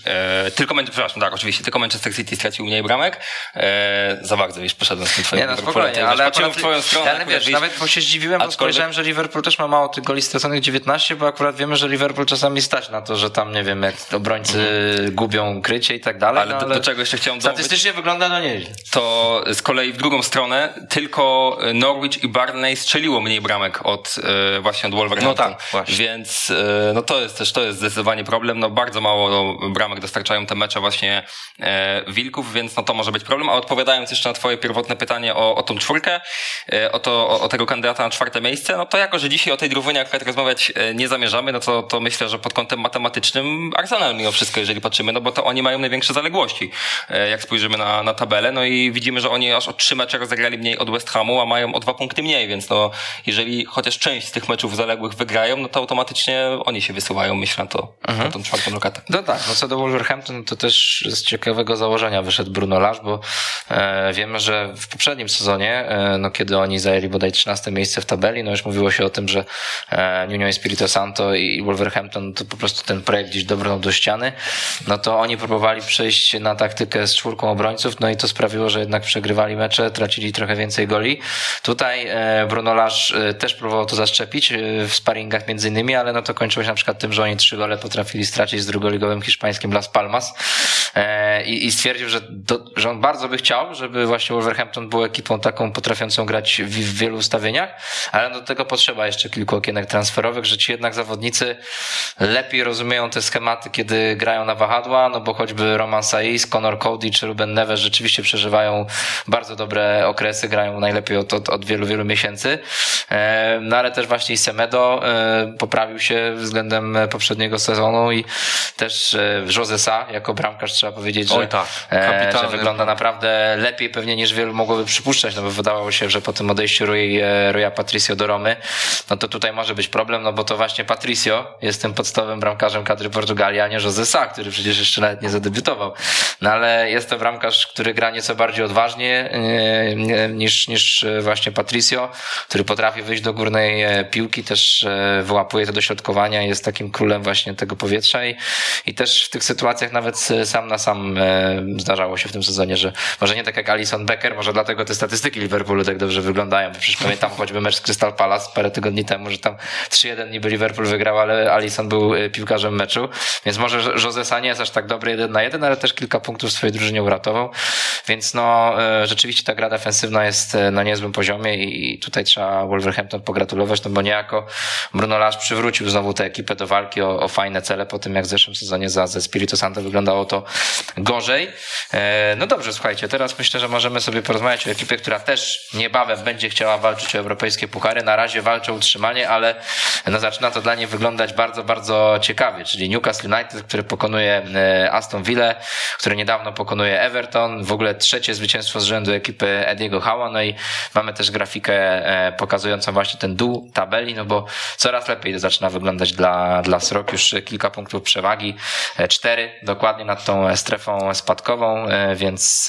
Tylko Manchester City stracił mniej bramek. Za bardzo już poszedłem z tym twoim. Nie, no spokojnie, ale w twoją stronę. Ale wiesz, nawet bo się zdziwiłem, bo spojrzałem, że Liverpool też ma mało tych goli straconych, 19, bo akurat wiemy, że Liverpool czasami stać na to, że tam, nie wiem, jak obrońcy gubią krycie i tak dalej. Ale do czego jeszcze chciałem statystycznie wygląda nieźle. To z kolei w drugą stronę tylko Norwich i Burnley strzeliło mniej bramek od Wolverhampton. No tak, właśnie. Więc to jest zdecydowanie problem. Bardzo mało bramek dostarczają te mecze właśnie Wilków, więc to może być problem. A odpowiadając jeszcze na twoje pierwotne pytanie o tą 4, o tego kandydata na 4. miejsce, to jako, że dzisiaj o tej drużynie akurat rozmawiać nie zamierzamy, to myślę, że pod kątem matematycznym Arsenal mimo wszystko, jeżeli patrzymy, bo to oni mają największe zaległości, jak spojrzymy na tabelę, i widzimy, że oni aż o 3 mecze rozegrali mniej od West Hamu, a mają o 2 punkty mniej, więc jeżeli chociaż część z tych meczów zaległych wygrają, to automatycznie oni się wysuwają, myślę, na tą 4. lokatę. No tak, co do Wolverhampton, to też z ciekawego założenia wyszedł Bruno Lage, bo wiemy, że w poprzednim sezonie, kiedy oni zajęli bodaj 13. miejsce w tabeli, już mówiło się o tym, że Nuno Espirito Santo i Wolverhampton to po prostu ten projekt gdzieś dobrnął do ściany, to oni próbowali przejść na taktykę z 4 obrońców, i to sprawiło, że jednak przegrywali mecze, tracili trochę więcej goli. Tutaj Bruno Lage też próbował to zaszczepić w sparingach między innymi, ale to kończyło się na przykład tym, że oni 3 gole potrafili stracić z drugoligowym hiszpańskim Las Palmas i stwierdził, że on bardzo by chciał, żeby właśnie Wolverhampton był ekipą taką potrafiącą grać w wielu ustawieniach, ale do tego potrzeba jeszcze kilku okienek transferowych, że ci jednak zawodnicy lepiej rozumieją te schematy, kiedy grają na wahadła, bo choćby Roman Saiz, Conor Cody czy Ruben Neves rzeczywiście przeżywają bardzo dobre okresy, grają najlepiej od wielu, wielu miesięcy, ale też właśnie Semedo poprawił się względem poprzedniego sezonu i też José Sá jako bramkarz, trzeba powiedzieć, że wygląda naprawdę lepiej pewnie niż wielu mogłoby przypuszczać, bo wydawało się, że po tym odejściu Ruya Patricio do Romy, to tutaj może być problem, bo to właśnie Patricio jest tym podstawowym bramkarzem kadry Portugalii, a nie José Sá, który przecież jeszcze nawet nie zadebiutował. Ale jest to bramkarz, który gra nieco bardziej odważnie niż właśnie Patricio, który potrafi wyjść do górnej piłki, też wyłapuje te dośrodkowania, jest takim królem właśnie tego powietrza i też w tych sytuacjach nawet sam na sam zdarzało się w tym sezonie, że może nie tak jak Alisson Becker, może dlatego te statystyki Liverpoolu tak dobrze wyglądają, bo przecież pamiętam choćby mecz z Crystal Palace parę tygodni temu, że tam 3-1 niby Liverpool wygrał, ale Alisson był piłkarzem meczu, więc może José Sá nie jest aż tak dobry 1-1, ale też kilka punktów w swojej drużynie uratował, więc rzeczywiście ta gra defensywna jest na niezłym poziomie i tutaj trzeba Wolverhampton pogratulować, bo niejako Bruno Lage przywrócił znowu tę ekipę do walki o fajne cele po tym, jak w zeszłym sezonie za Espirito Santo wyglądało to gorzej. No dobrze, słuchajcie, teraz myślę, że możemy sobie porozmawiać o ekipie, która też niebawem będzie chciała walczyć o europejskie puchary. Na razie walczy o utrzymanie, ale no zaczyna to dla niej wyglądać bardzo, bardzo ciekawie, czyli Newcastle United, który pokonuje Aston Villa, który niedawno pokonuje Everton, w ogóle trzecie zwycięstwo z rzędu ekipy Ediego Howe'a, no i mamy też grafikę pokazującą właśnie ten dół tabeli, no bo coraz lepiej to zaczyna wyglądać dla Srok, już kilka punktów przewagi, 4 dokładnie nad tą strefą spadkową, więc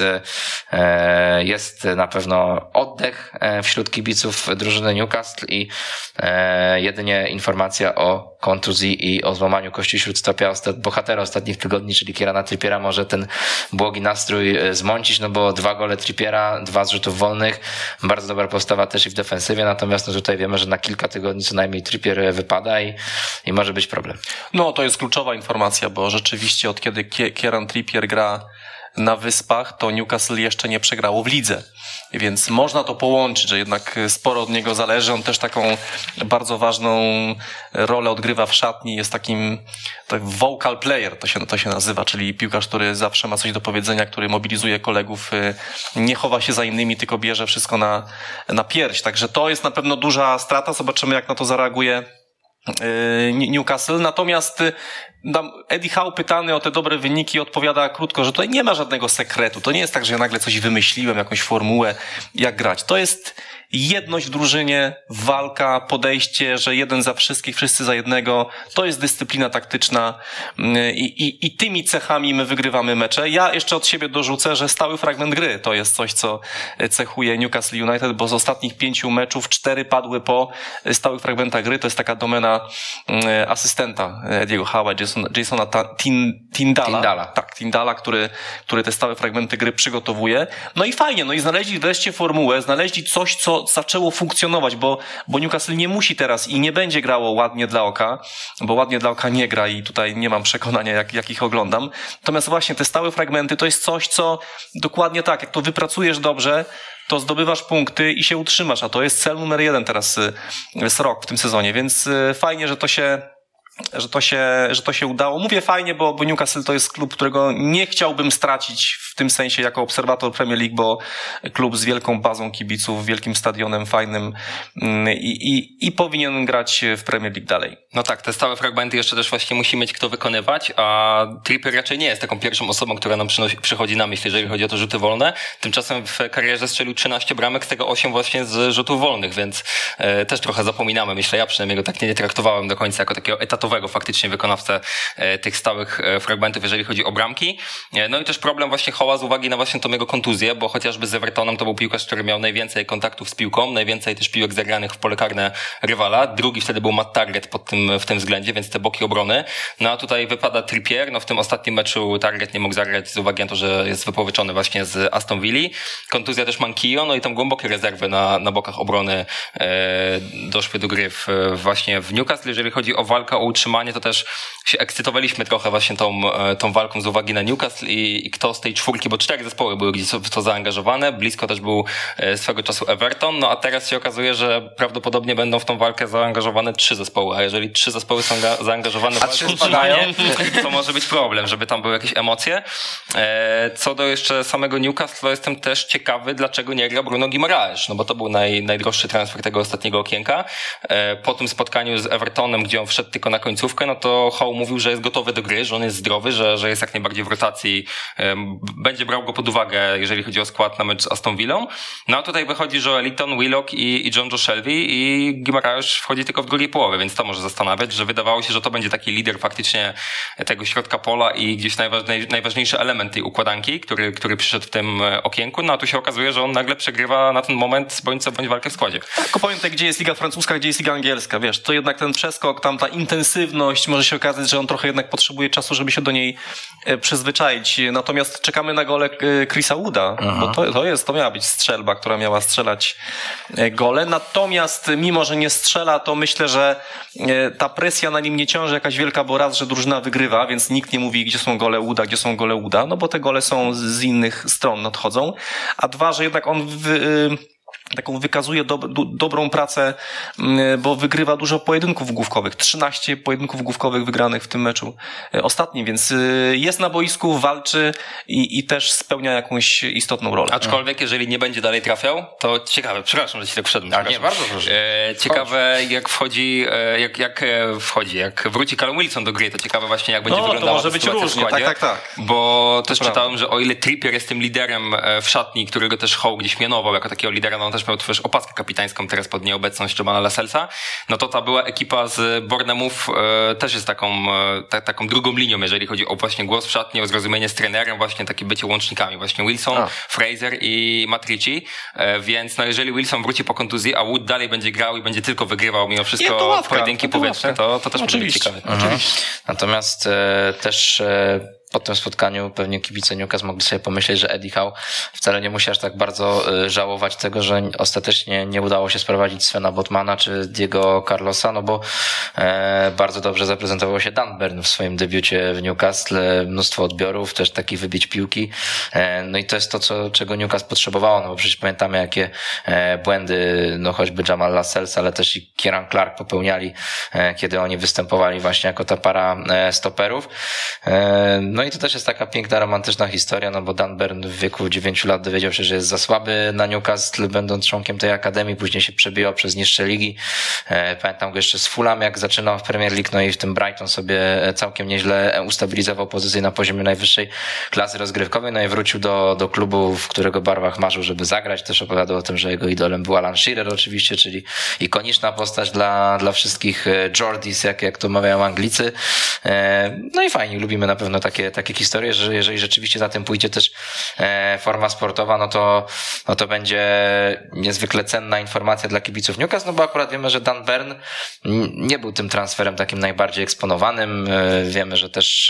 jest na pewno oddech wśród kibiców drużyny Newcastle i jedynie informacja o kontuzji i o złamaniu kości śródstopia bohatera ostatnich tygodni, czyli Kierana Trippiera, może ten błogi nastrój zmącić, no bo 2 gole Trippiera, 2 z rzutów wolnych, bardzo dobra postawa też i w defensywie, natomiast no tutaj wiemy, że na kilka tygodni co najmniej Trippier wypada i może być problem. No to jest kluczowa informacja, bo rzeczywiście od kiedy Kieran Trippier gra na Wyspach, to Newcastle jeszcze nie przegrało w lidze. Więc można to połączyć, że jednak sporo od niego zależy. On też taką bardzo ważną rolę odgrywa w szatni. Jest takim vocal player, to się nazywa, czyli piłkarz, który zawsze ma coś do powiedzenia, który mobilizuje kolegów, nie chowa się za innymi, tylko bierze wszystko na pierś. Także to jest na pewno duża strata. Zobaczymy, jak na to zareaguje Newcastle. Natomiast Eddie Howe, pytany o te dobre wyniki, odpowiada krótko, że tutaj nie ma żadnego sekretu. To nie jest tak, że ja nagle coś wymyśliłem, jakąś formułę, jak grać. To jest jedność w drużynie, walka, podejście, że jeden za wszystkich, wszyscy za jednego. To jest dyscyplina taktyczna i tymi cechami my wygrywamy mecze. Ja jeszcze od siebie dorzucę, że stały fragment gry to jest coś, co cechuje Newcastle United, bo z ostatnich 5 meczów 4 padły po stałych fragmentach gry. To jest taka domena asystenta Ediego Howe'a, Jasona Tindala. Tak, Tindala, który te stałe fragmenty gry przygotowuje. No i fajnie, no i znaleźli wreszcie formułę, znaleźli coś, co zaczęło funkcjonować, bo Newcastle nie musi teraz i nie będzie grało ładnie dla oka, bo ładnie dla oka nie gra i tutaj nie mam przekonania, jak ich oglądam. Natomiast właśnie te stałe fragmenty to jest coś, co dokładnie tak, jak to wypracujesz dobrze, to zdobywasz punkty i się utrzymasz, a to jest cel numer 1 teraz Srok w tym sezonie, więc fajnie, że to się udało. Mówię fajnie, bo Newcastle to jest klub, którego nie chciałbym stracić w tym sensie jako obserwator Premier League, bo klub z wielką bazą kibiców, wielkim stadionem fajnym i powinien grać w Premier League dalej. No tak, te stałe fragmenty jeszcze też właśnie musi mieć kto wykonywać, a Trippier raczej nie jest taką pierwszą osobą, która nam przychodzi na myśl, jeżeli chodzi o to rzuty wolne. Tymczasem w karierze strzelił 13 bramek, z tego 8 właśnie z rzutów wolnych, więc też trochę zapominamy, myślę, ja przynajmniej go tak nie traktowałem do końca jako takiego etatowego faktycznie wykonawcę tych stałych fragmentów, jeżeli chodzi o bramki. No i też problem właśnie Hoła z uwagi na właśnie tą jego kontuzję, bo chociażby z Evertonem to był piłkarz, który miał najwięcej kontaktów z piłką, najwięcej też piłek zagranych w pole karne rywala. Drugi wtedy był Matt Targett w tym względzie, więc te boki obrony. No a tutaj wypada Trippier, no w tym ostatnim meczu Targett nie mógł zagrać z uwagi na to, że jest wypożyczony właśnie z Aston Villa. Kontuzja też Mankio, no i tam głębokie rezerwy na bokach obrony doszły do gry właśnie w Newcastle. Jeżeli chodzi o walkę o utrzymanie, to też się ekscytowaliśmy trochę właśnie tą walką z uwagi na Newcastle i kto z tej czwórki, bo 4 zespoły były gdzieś w to zaangażowane, blisko też był swego czasu Everton, no a teraz się okazuje, że prawdopodobnie będą w tą walkę zaangażowane 3 zespoły, a jeżeli 3 zespoły są zaangażowane w walkę o utrzymanie, to może być problem, żeby tam były jakieś emocje. Co do jeszcze samego Newcastle, to jestem też ciekawy, dlaczego nie gra Bruno Guimaraes, no bo to był najdroższy transfer tego ostatniego okienka. Po tym spotkaniu z Evertonem, gdzie on wszedł tylko na końcówkę, no to Howe mówił, że jest gotowy do gry, że on jest zdrowy, że jest jak najbardziej w rotacji, będzie brał go pod uwagę, jeżeli chodzi o skład na mecz z Aston Villą. No a tutaj wychodzi Joelinton, Willock i John Joe Shelby i Guimaraes wchodzi tylko w drugiej połowie, więc to może zastanawiać, że wydawało się, że to będzie taki lider faktycznie tego środka pola i gdzieś najważniejszy element tej układanki, który przyszedł w tym okienku, no a tu się okazuje, że on nagle przegrywa na ten moment bądź co bądź walkę w składzie. Tylko powiem tak, gdzie jest Liga Francuska, gdzie jest Liga Angielska, wiesz, to jednak ten przeskok, tam ta intensywność, może się okazać, że on trochę jednak potrzebuje czasu, żeby się do niej przyzwyczaić. Natomiast czekamy na gole Chrisa Wooda, bo to miała być strzelba, która miała strzelać gole. Natomiast mimo, że nie strzela, to myślę, że ta presja na nim nie ciąży jakaś wielka, bo raz, że drużyna wygrywa, więc nikt nie mówi, gdzie są gole Wooda, no bo te gole są z innych stron nadchodzą. A 2, że jednak on taką wykazuje dobrą pracę, bo wygrywa dużo pojedynków główkowych. 13 pojedynków główkowych wygranych w tym meczu ostatnim, więc jest na boisku, walczy i też spełnia jakąś istotną rolę. Aczkolwiek, jeżeli nie będzie dalej trafiał, to ciekawe, przepraszam, że ci tak wszedłem. Nie, bardzo proszę. Ciekawe, jak wróci Callum Wilson do gry, to ciekawe właśnie, jak będzie wyglądała to może być różnie, tak. Bo też czytałem, że o ile Trippier jest tym liderem w szatni, którego też Howe gdzieś mianował jako takiego lidera, no on też miał też opaskę kapitańską teraz pod nieobecność Jomala Lascellesa, no to ta była ekipa z Bournemouth też jest taką drugą linią, jeżeli chodzi o właśnie głos w szatni, o zrozumienie z trenerem, właśnie takie bycie łącznikami, właśnie Wilson, Fraser i Matrici, więc no jeżeli Wilson wróci po kontuzji, a Wood dalej będzie grał i będzie tylko wygrywał mimo wszystko pojedynki powietrzne, to też może być ciekawe. Natomiast też po tym spotkaniu pewnie kibice Newcastle mogli sobie pomyśleć, że Eddie Howe wcale nie musi aż tak bardzo żałować tego, że ostatecznie nie udało się sprowadzić Svena Botmana czy Diego Carlosa, no bo bardzo dobrze zaprezentował się Dan Burn w swoim debiucie w Newcastle, mnóstwo odbiorów, też taki wybić piłki, no i to jest to, czego Newcastle potrzebowało, no bo przecież pamiętamy, jakie błędy, no choćby Jamal Lascelles, ale też i Kieran Clark popełniali, kiedy oni występowali właśnie jako ta para stoperów. No i to też jest taka piękna, romantyczna historia, no bo Dan Burn w wieku 9 lat dowiedział się, że jest za słaby na Newcastle, będąc członkiem tej akademii, później się przebijał przez niższe ligi. Pamiętam go jeszcze z Fulham, jak zaczynał w Premier League, no i w tym Brighton sobie całkiem nieźle ustabilizował pozycję na poziomie najwyższej klasy rozgrywkowej, no i wrócił do klubu, w którego barwach marzył, żeby zagrać. Też opowiadał o tym, że jego idolem był Alan Shearer oczywiście, czyli ikoniczna postać dla wszystkich Geordies, jak to mawiają Anglicy. No i fajnie, lubimy na pewno takie historie, że jeżeli rzeczywiście za tym pójdzie też forma sportowa, no to będzie niezwykle cenna informacja dla kibiców Newcastle, no bo akurat wiemy, że Dan Burn nie był tym transferem takim najbardziej eksponowanym. Wiemy, że też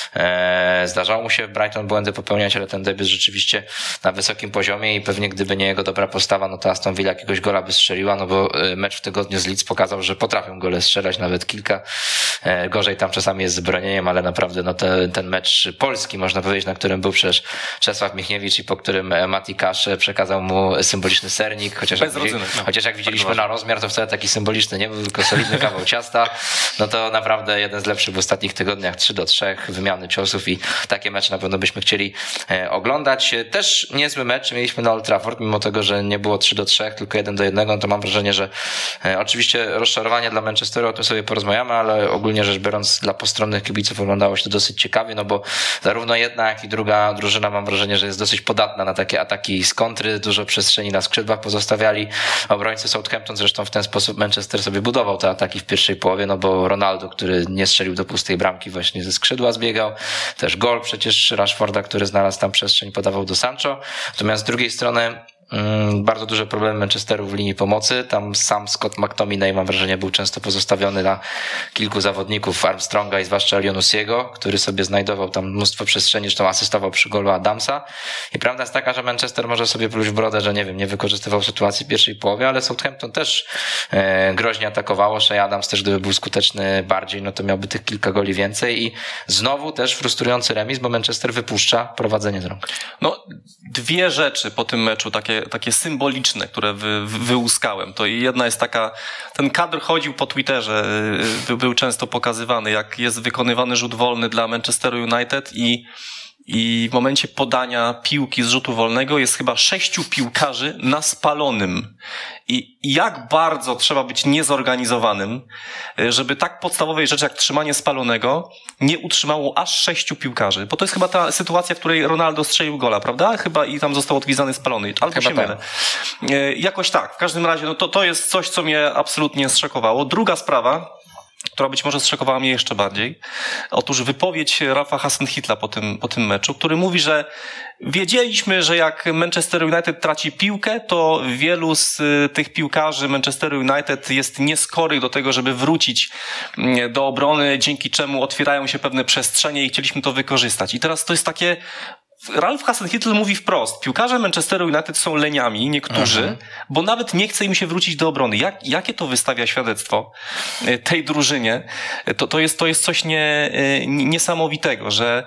zdarzało mu się w Brighton błędy popełniać, ale ten debiut rzeczywiście na wysokim poziomie i pewnie gdyby nie jego dobra postawa, no to Aston Villa jakiegoś gola by strzeliła, no bo mecz w tygodniu z Leeds pokazał, że potrafią gole strzelać, nawet kilka. Gorzej tam czasami jest z bronieniem, ale naprawdę no ten mecz polski, można powiedzieć, na którym był przecież Czesław Michniewicz i po którym Mati Cash przekazał mu symboliczny sernik, chociaż jak widzieliśmy na rozmiar, to wcale taki symboliczny nie był, tylko solidny kawał ciasta. No to naprawdę jeden z lepszych w ostatnich tygodniach, 3-3, wymiany ciosów i takie mecze na pewno byśmy chcieli oglądać. Też niezły mecz mieliśmy na Old Trafford, mimo tego, że nie było 3-3, tylko 1-1, no to mam wrażenie, że oczywiście rozczarowanie dla Manchesteru, o tym sobie porozmawiamy, ale ogólnie rzecz biorąc dla postronnych kibiców oglądało się to dosyć ciekawie, no bo zarówno jedna, jak i druga drużyna mam wrażenie, że jest dosyć podatna na takie ataki z kontry, dużo przestrzeni na skrzydłach pozostawiali obrońcy Southampton, zresztą w ten sposób Manchester sobie budował te ataki w pierwszej połowie, no bo Ronaldo, który nie strzelił do pustej bramki, właśnie ze skrzydła zbiegał, też gol przecież Rashforda, który znalazł tam przestrzeń, podawał do Sancho, natomiast z drugiej strony bardzo duże problemy Manchesteru w linii pomocy. Tam sam Scott McTominay, mam wrażenie, był często pozostawiony na kilku zawodników Armstronga i zwłaszcza Elionusiego, który sobie znajdował tam mnóstwo przestrzeni, zresztą asystował przy golu Adamsa. I prawda jest taka, że Manchester może sobie pluć w brodę, że nie wykorzystywał sytuacji w pierwszej połowie, ale Southampton też groźnie atakowało. Shea Adams też, gdyby był skuteczny bardziej, no to miałby tych kilka goli więcej i znowu też frustrujący remis, bo Manchester wypuszcza prowadzenie z rąk. No, dwie rzeczy po tym meczu, takie symboliczne, które wyłuskałem. To jedna jest taka, ten kadr chodził po Twitterze, był często pokazywany, jak jest wykonywany rzut wolny dla Manchesteru United i w momencie podania piłki z rzutu wolnego jest chyba 6 piłkarzy na spalonym. I jak bardzo trzeba być niezorganizowanym, żeby tak podstawowej rzeczy jak trzymanie spalonego nie utrzymało aż 6 piłkarzy. Bo to jest chyba ta sytuacja, w której Ronaldo strzelił gola, prawda? Chyba i tam został odgwizdany spalony. Albo chyba się mylę. Jakoś tak. W każdym razie, no to jest coś, co mnie absolutnie zszokowało. Druga sprawa, która być może zszokowała mnie jeszcze bardziej. Otóż wypowiedź Ralfa Hasenhüttla po tym meczu, który mówi, że wiedzieliśmy, że jak Manchester United traci piłkę, to wielu z tych piłkarzy Manchester United jest nieskorych do tego, żeby wrócić do obrony, dzięki czemu otwierają się pewne przestrzenie i chcieliśmy to wykorzystać. I teraz to jest takie Ralph Hasenhüttl mówi wprost, piłkarze Manchesteru United są leniami, niektórzy, bo nawet nie chce im się wrócić do obrony. Jakie to wystawia świadectwo tej drużynie? To jest coś niesamowitego, że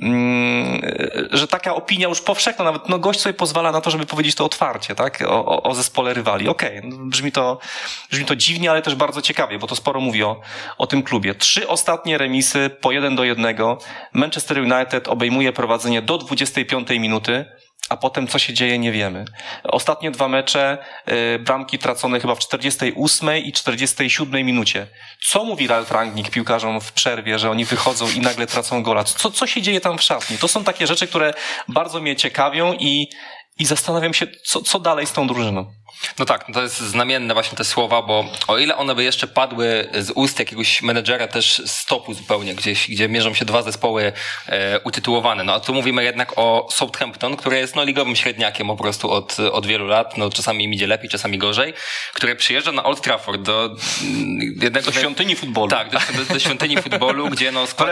taka opinia już powszechna, nawet gość sobie pozwala na to, żeby powiedzieć to otwarcie, tak? O zespole rywali. Okej, brzmi to dziwnie, ale też bardzo ciekawie, bo to sporo mówi o tym klubie. 3 ostatnie remisy po 1-1. Manchester United obejmuje prowadzenie do 25 minuty, a potem co się dzieje nie wiemy. Ostatnie 2 mecze, bramki tracone chyba w 48 i 47 minucie. Co mówi Ralf Rangnick piłkarzom w przerwie, że oni wychodzą i nagle tracą gola? Co się dzieje tam w szatni? To są takie rzeczy, które bardzo mnie ciekawią i zastanawiam się, co dalej z tą drużyną. No tak, to jest znamienne właśnie te słowa, bo o ile one by jeszcze padły z ust jakiegoś menedżera też z topu zupełnie, gdzie mierzą się 2 zespoły utytułowane. No a tu mówimy jednak o Southampton, które jest ligowym średniakiem po prostu od wielu lat. No czasami im idzie lepiej, czasami gorzej. Które przyjeżdża na Old Trafford do jednego... Do świątyni futbolu. Tak, do świątyni futbolu, gdzie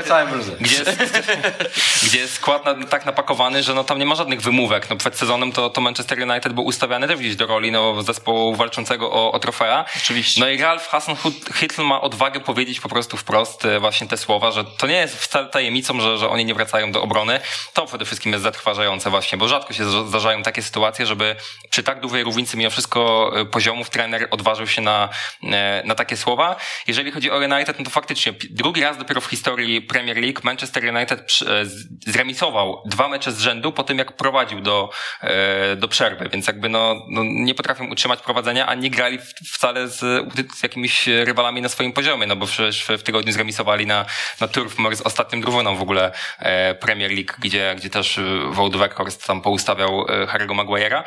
gdzie jest skład tak napakowany, że tam nie ma żadnych wymówek. No przed sezonem to Manchester United był ustawiany też gdzieś do roli zespołu walczącego o trofea. Oczywiście. No i Ralph Hasenhüttl ma odwagę powiedzieć po prostu wprost właśnie te słowa, że to nie jest wcale tajemnicą, że oni nie wracają do obrony. To przede wszystkim jest zatrważające właśnie, bo rzadko się zdarzają takie sytuacje, żeby przy tak dużej równicy mimo wszystko poziomów trener odważył się na takie słowa. Jeżeli chodzi o United, no to faktycznie drugi raz dopiero w historii Premier League Manchester United zremisował 2 mecze z rzędu po tym, jak prowadził do przerwy, więc jakby nie potrafią utrzymać prowadzenia, a nie grali wcale z jakimiś rywalami na swoim poziomie, no bo przecież w tygodniu zremisowali na Turf Moor z ostatnim drużyną w ogóle Premier League, gdzie też Wout Weghorst tam poustawiał Harry'ego Maguire'a.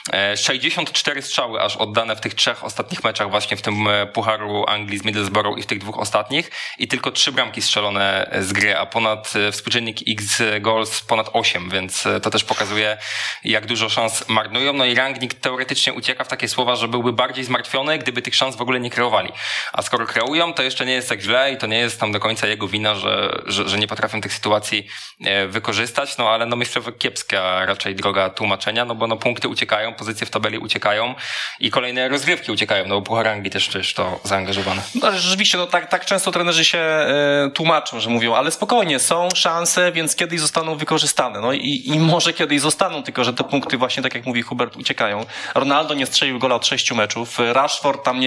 64 strzały aż oddane w tych 3 ostatnich meczach właśnie w tym Pucharu Anglii z Middlesbrough i w tych 2 ostatnich i tylko 3 bramki strzelone z gry, a ponad współczynnik X goals ponad 8, więc to też pokazuje, jak dużo szans marnują. No i Rangnick teoretycznie ucieka w takie słowa, że byłby bardziej zmartwiony, gdyby tych szans w ogóle nie kreowali. A skoro kreują, to jeszcze nie jest tak źle i to nie jest tam do końca jego wina, że nie potrafią tych sytuacji wykorzystać, no ale myślę, że kiepska raczej droga tłumaczenia, no bo punkty uciekają, pozycje w tabeli uciekają i kolejne rozgrywki uciekają, no bo Puchar Anglii też to zaangażowane. No rzeczywiście, tak często trenerzy się tłumaczą, że mówią, ale spokojnie, są szanse, więc kiedyś zostaną wykorzystane. No i może kiedyś zostaną, tylko że te punkty właśnie, tak jak mówi Hubert, uciekają. Ronaldo nie strzelił gola od 6 meczów. Rashford tam,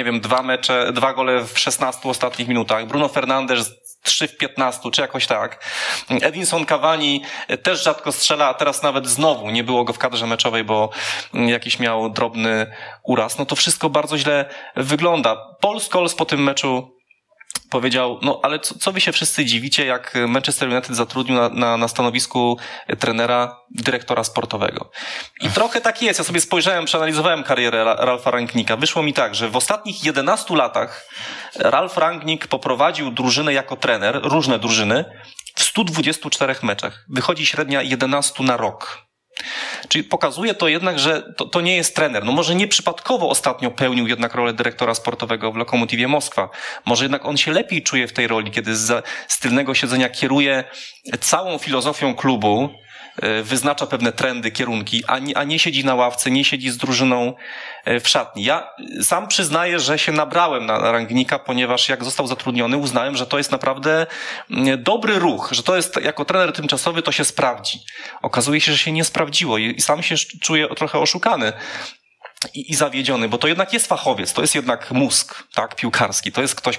2 gole w 16 ostatnich minutach. Bruno Fernandes 3 w 15, czy jakoś tak. Edinson Cavani też rzadko strzela, a teraz nawet znowu nie było go w kadrze meczowej, bo jakiś miał drobny uraz. No to wszystko bardzo źle wygląda. Paul Scholes po tym meczu powiedział, ale co wy się wszyscy dziwicie, jak Manchester United zatrudnił na stanowisku trenera, dyrektora sportowego. I trochę tak jest. Ja sobie spojrzałem, przeanalizowałem karierę Ralfa Rangnicka. Wyszło mi tak, że w ostatnich 11 latach Ralf Rangnick poprowadził drużynę jako trener, różne drużyny, w 124 meczach. Wychodzi średnia 11 na rok. Czyli pokazuje to jednak, że to nie jest trener. Może nieprzypadkowo ostatnio pełnił jednak rolę dyrektora sportowego w Lokomotywie Moskwa. Może jednak on się lepiej czuje w tej roli, kiedy z tylnego siedzenia kieruje całą filozofią klubu, wyznacza pewne trendy, kierunki, a nie siedzi na ławce, nie siedzi z drużyną w szatni. Ja sam przyznaję, że się nabrałem na Rangnicka, ponieważ jak został zatrudniony, uznałem, że to jest naprawdę dobry ruch, że to jest jako trener tymczasowy to się sprawdzi. Okazuje się, że się nie sprawdziło i sam się czuję trochę oszukany. I zawiedziony, bo to jednak jest fachowiec, to jest jednak mózg, tak, piłkarski, to jest ktoś,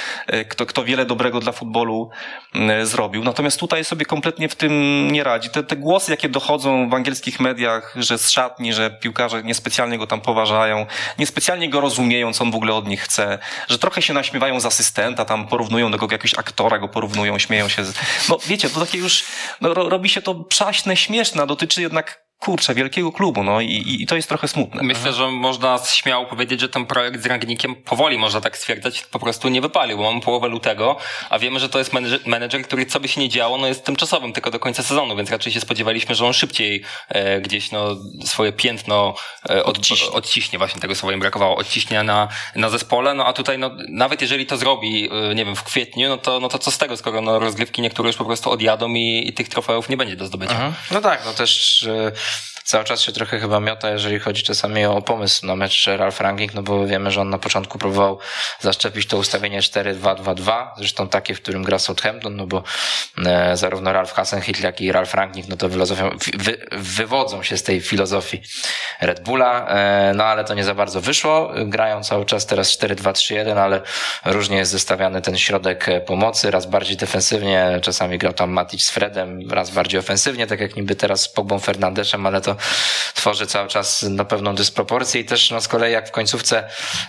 kto wiele dobrego dla futbolu zrobił. Natomiast tutaj sobie kompletnie w tym nie radzi. Te głosy, jakie dochodzą w angielskich mediach, że z szatni, że piłkarze niespecjalnie go tam poważają, niespecjalnie go rozumieją, co on w ogóle od nich chce, że trochę się naśmiewają z asystenta, tam porównują do kogoś jakiegoś aktora, go porównują, śmieją się. Wiecie, to takie już, robi się to przaśne, śmieszne, dotyczy jednak kurczę, wielkiego klubu, no i to jest trochę smutne. Myślę, że można śmiało powiedzieć, że ten projekt z Rangnickiem powoli, można tak stwierdzać, po prostu nie wypalił, bo mamy połowę lutego, a wiemy, że to jest menedżer, który co by się nie działo, no jest tymczasowym tylko do końca sezonu, więc raczej się spodziewaliśmy, że on szybciej gdzieś swoje piętno odciśnie, właśnie tego słowa im brakowało, odciśnie na zespole, no a tutaj nawet jeżeli to zrobi, nie wiem, w kwietniu, no to co z tego, skoro rozgrywki niektóre już po prostu odjadą i tych trofeów nie będzie do zdobycia. No tak, no też cały czas się trochę chyba miota, jeżeli chodzi czasami o pomysł na mecz Ralf Rangnick, no bo wiemy, że on na początku próbował zaszczepić to ustawienie 4-2-2-2, zresztą takie, w którym gra Southampton, no bo zarówno Ralf Hasenhüttl, jak i Ralf Rangnick, no to wywodzą się z tej filozofii Red Bulla, no ale to nie za bardzo wyszło, grają cały czas teraz 4-2-3-1, ale różnie jest zestawiany ten środek pomocy, raz bardziej defensywnie, czasami grał tam Matic z Fredem, raz bardziej ofensywnie, tak jak niby teraz z Pogbą Fernandeszem, ale to tworzy cały czas na pewną dysproporcję i też z kolei jak w końcówce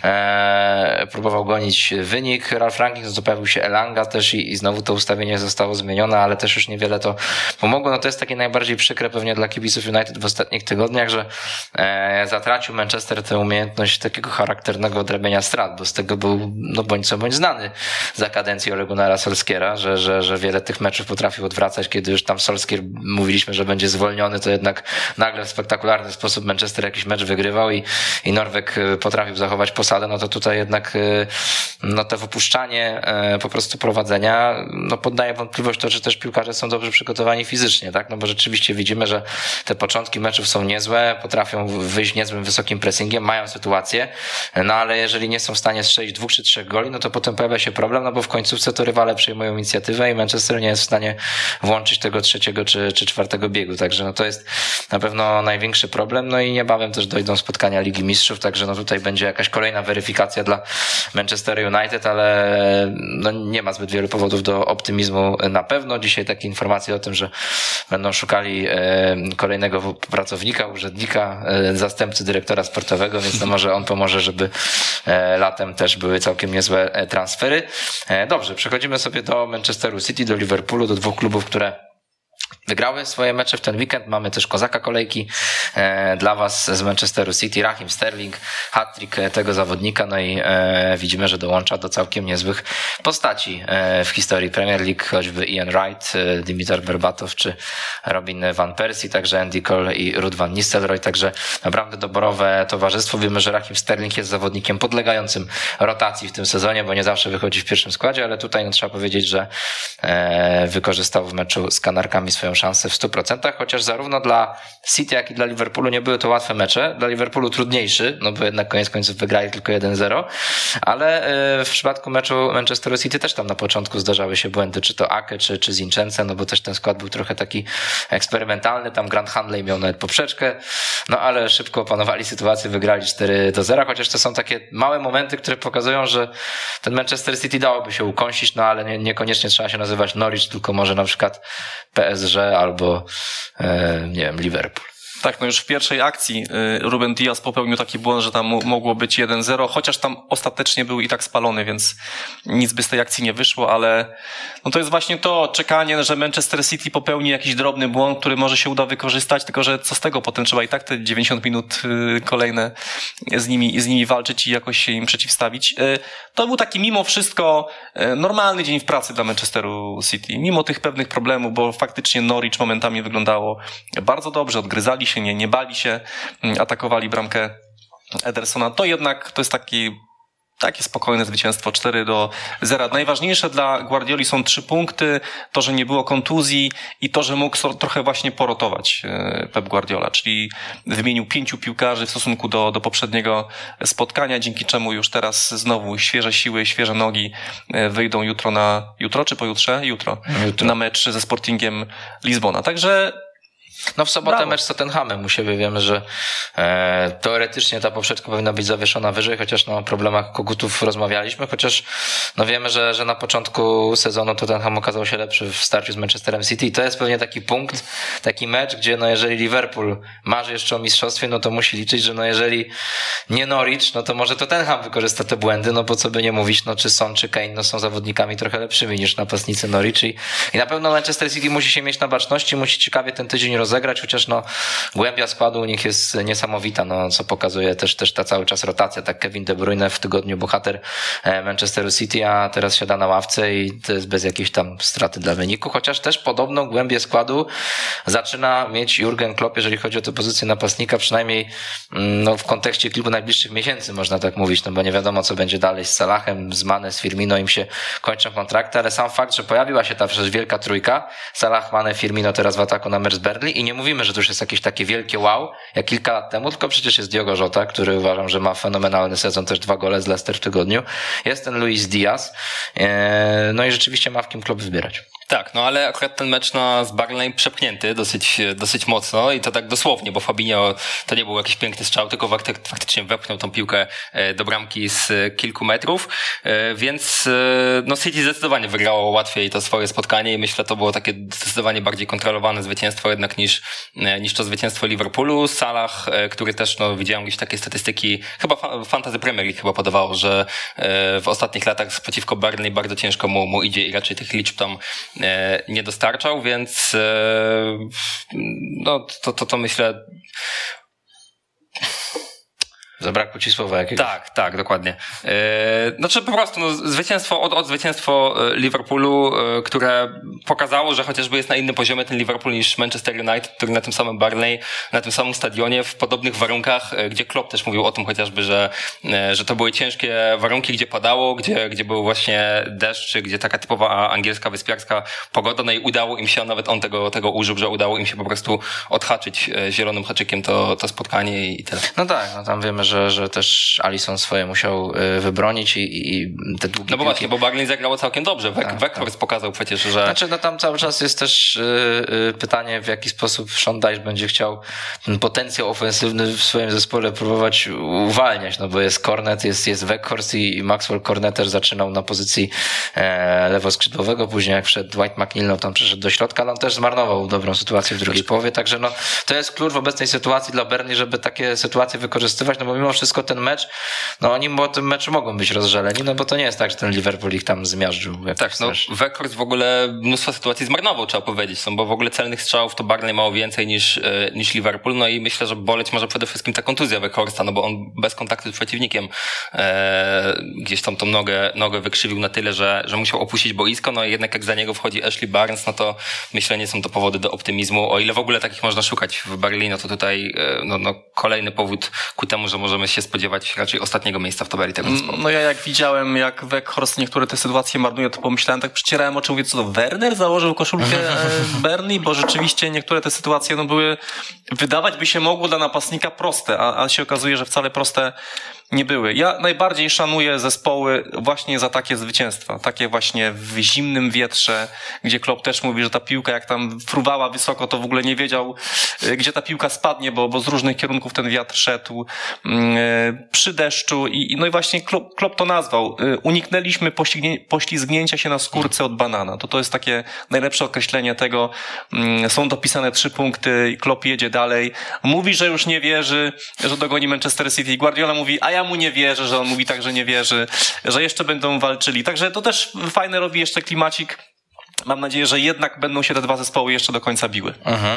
próbował gonić wynik Ralf Rangnick, no to pojawił się Elanga też i znowu to ustawienie zostało zmienione, ale też już niewiele to pomogło. No to jest takie najbardziej przykre pewnie dla kibiców United w ostatnich tygodniach, że zatracił Manchester tę umiejętność takiego charakternego odrabiania strat, bo z tego był bądź co bądź znany za kadencji Ole Gunnara Solskjaera, że wiele tych meczów potrafił odwracać, kiedy już tam Solskjaer mówiliśmy, że będzie zwolniony, to jednak nagle w spektakularny sposób Manchester jakiś mecz wygrywał i Norweg potrafił zachować posadę, no to tutaj jednak to wypuszczanie po prostu prowadzenia poddaje wątpliwość to, czy też piłkarze są dobrze przygotowani fizycznie, tak? No bo rzeczywiście widzimy, że te początki meczów są niezłe, potrafią wyjść niezłym wysokim pressingiem, mają sytuację, no ale jeżeli nie są w stanie strzelić 2 czy 3 goli, no to potem pojawia się problem, no bo w końcówce to rywale przejmują inicjatywę i Manchester nie jest w stanie włączyć tego 3. czy 4. biegu, także no to jest na pewno największy problem, no i niebawem też dojdą spotkania Ligi Mistrzów, także no tutaj będzie jakaś kolejna weryfikacja dla Manchester United, ale nie ma zbyt wielu powodów do optymizmu na pewno. Dzisiaj takie informacje o tym, że będą szukali kolejnego pracownika, urzędnika, zastępcy dyrektora sportowego, więc może on pomoże, żeby latem też były całkiem niezłe transfery. Dobrze, przechodzimy sobie do Manchesteru City, do Liverpoolu, do 2 klubów, które wygrały swoje mecze w ten weekend. Mamy też kozaka kolejki dla was z Manchesteru City, Raheem Sterling, hat-trick tego zawodnika, no i widzimy, że dołącza do całkiem niezłych postaci w historii Premier League, choćby Ian Wright, Dimitar Berbatow czy Robin van Persie, także Andy Cole i Ruud van Nistelrooy, także naprawdę doborowe towarzystwo. Wiemy, że Raheem Sterling jest zawodnikiem podlegającym rotacji w tym sezonie, bo nie zawsze wychodzi w pierwszym składzie, ale tutaj trzeba powiedzieć, że wykorzystał w meczu z Kanarkami swoją szansę w 100%, chociaż zarówno dla City, jak i dla Liverpoolu nie były to łatwe mecze. Dla Liverpoolu trudniejszy, no bo jednak koniec końców wygrali tylko 1-0, ale w przypadku meczu Manchesteru City też tam na początku zdarzały się błędy, czy to Ake, czy Zinchense, no bo też ten skład był trochę taki eksperymentalny, tam Grant Hanley miał nawet poprzeczkę, no ale szybko opanowali sytuację, wygrali 4-0, chociaż to są takie małe momenty, które pokazują, że ten Manchester City dałoby się ukąsić, no ale niekoniecznie trzeba się nazywać Norwich, tylko może na przykład PSG albo nie wiem, Liverpool. Tak, no już w pierwszej akcji Ruben Dias popełnił taki błąd, że tam mogło być 1-0, chociaż tam ostatecznie był i tak spalony, więc nic by z tej akcji nie wyszło, ale no to jest właśnie to czekanie, że Manchester City popełni jakiś drobny błąd, który może się uda wykorzystać, tylko że co z tego, potem trzeba i tak te 90 minut kolejne z nimi walczyć i jakoś się im przeciwstawić. To był taki mimo wszystko normalny dzień w pracy dla Manchesteru City, mimo tych pewnych problemów, bo faktycznie Norwich momentami wyglądało bardzo dobrze, odgryzali się, nie bali się, atakowali bramkę Edersona. To jednak to jest takie spokojne zwycięstwo 4-0. Najważniejsze dla Guardioli są 3 punkty, to, że nie było kontuzji i to, że mógł trochę właśnie porotować Pep Guardiola, czyli wymienił 5 piłkarzy w stosunku do poprzedniego spotkania, dzięki czemu już teraz znowu świeże siły, świeże nogi wyjdą jutro czy pojutrze? Jutro. Na mecz ze Sportingiem Lizbona. Także no w sobotę mecz z Tottenhamem u siebie wiemy, że teoretycznie ta poprzeczka powinna być zawieszona wyżej, chociaż o problemach kogutów rozmawialiśmy, chociaż no wiemy, że na początku sezonu Tottenham okazał się lepszy w starciu z Manchesterem City i to jest pewnie taki punkt, taki mecz, gdzie no jeżeli Liverpool marzy jeszcze o mistrzostwie, no to musi liczyć, że no jeżeli nie Norwich, no to może Tottenham wykorzysta te błędy, no bo co by nie mówić, no czy Son, czy Kane, no są zawodnikami trochę lepszymi niż napastnicy Norwich i na pewno Manchester City musi się mieć na baczności, musi ciekawie ten tydzień rozegrać, rozegrać, chociaż no głębia składu u nich jest niesamowita, no co pokazuje też ta cały czas rotacja, tak Kevin De Bruyne w tygodniu bohater Manchesteru City, a teraz siada na ławce i to jest bez jakiejś tam straty dla wyniku, chociaż też podobną głębię składu zaczyna mieć Jurgen Klopp, jeżeli chodzi o tę pozycję napastnika, przynajmniej no, w kontekście kilku najbliższych miesięcy można tak mówić, no bo nie wiadomo co będzie dalej z Salahem, z Mane, z Firmino, im się kończą kontrakty, ale sam fakt, że pojawiła się ta przecież wielka trójka, Salah, Mane, Firmino teraz w ataku na mecz z Burnley i nie mówimy, że to już jest jakieś takie wielkie wow, jak kilka lat temu, tylko przecież jest Diogo Jota, który uważam, że ma fenomenalny sezon, też 2 gole z Leicester w tygodniu, jest ten Luis Diaz, no i rzeczywiście ma w kim Klopp wybierać. Tak, no ale akurat ten mecz z Burnley przepchnięty dosyć mocno i to tak dosłownie, bo Fabinho to nie był jakiś piękny strzał, tylko faktycznie wepchnął tą piłkę do bramki z kilku metrów, więc no City zdecydowanie wygrało łatwiej to swoje spotkanie i myślę, to było takie zdecydowanie bardziej kontrolowane zwycięstwo jednak niż to zwycięstwo Liverpoolu. Salah, który też no widziałem gdzieś takie statystyki, chyba Fantasy Premier League chyba podawało, że w ostatnich latach przeciwko Burnley bardzo ciężko mu idzie i raczej tych liczb tam nie dostarczał, więc no to myślę. Zabrakło ci słowa jakiegoś. Tak, dokładnie. Znaczy po prostu zwycięstwo Liverpoolu, które pokazało, że chociażby jest na innym poziomie ten Liverpool niż Manchester United, który na tym samym Burnley, na tym samym stadionie, w podobnych warunkach, gdzie Klopp też mówił o tym chociażby, że to były ciężkie warunki, gdzie padało, gdzie był właśnie deszcz, gdzie taka typowa angielska, wyspiarska pogoda, no i udało im się, nawet on tego użył, że udało im się po prostu odhaczyć zielonym haczykiem to spotkanie i tyle. No tak, no tam wiemy, że też Alisson swoje musiał wybronić i te długie no bo właśnie, bo Burnley zagrało całkiem dobrze. Weghorst pokazał przecież, że... Znaczy, no tam cały czas jest też pytanie, w jaki sposób Sean Dyche będzie chciał ten potencjał ofensywny w swoim zespole próbować uwalniać, no bo jest Cornet, jest Weghorst i Maxwell Cornet też zaczynał na pozycji lewoskrzydłowego, później jak wszedł Dwight McNeil, no tam przeszedł do środka, no on też zmarnował dobrą sytuację w drugiej połowie, także no to jest klucz w obecnej sytuacji dla Burnley, żeby takie sytuacje wykorzystywać, no bo mimo wszystko ten mecz, no oni po tym meczu mogą być rozżaleni, no bo to nie jest tak, że ten Liverpool ich tam zmiażdżył. Tak, no Weghorst w ogóle mnóstwo sytuacji zmarnował, trzeba powiedzieć, no bo w ogóle celnych strzałów to Burnley mało więcej niż Liverpool, no i myślę, że boleć może przede wszystkim ta kontuzja Weghorsta, no bo on bez kontaktu z przeciwnikiem gdzieś tam tą nogę wykrzywił na tyle, że musiał opuścić boisko, no i jednak jak za niego wchodzi Ashley Barnes, no to myślę, nie są to powody do optymizmu, o ile w ogóle takich można szukać w Burnley, no to tutaj no kolejny powód ku temu, że możemy się spodziewać raczej ostatniego miejsca w tabeli tego zespołu. No ja jak widziałem, jak Weghorst niektóre te sytuacje marnuje, to pomyślałem, tak przecierałem oczy, mówię, co to Werner założył koszulkę Burnley, bo rzeczywiście niektóre te sytuacje no były, wydawać by się mogło dla napastnika proste, a się okazuje, że wcale proste nie były. Ja najbardziej szanuję zespoły właśnie za takie zwycięstwa. Takie właśnie w zimnym wietrze, gdzie Klopp też mówi, że ta piłka jak tam fruwała wysoko, to w ogóle nie wiedział, gdzie ta piłka spadnie, bo z różnych kierunków ten wiatr szedł. Przy deszczu no i właśnie Klopp to nazwał. Uniknęliśmy poślizgnięcia się na skórce od banana. To jest takie najlepsze określenie tego. Są dopisane 3 punkty, Klopp jedzie dalej. Mówi, że już nie wierzy, że dogoni Manchester City. Guardiola mówi, a ja mu nie wierzę, że on mówi tak, że nie wierzy, że jeszcze będą walczyli. Także to też fajne robi jeszcze klimacik. Mam nadzieję, że jednak będą się te dwa zespoły jeszcze do końca biły.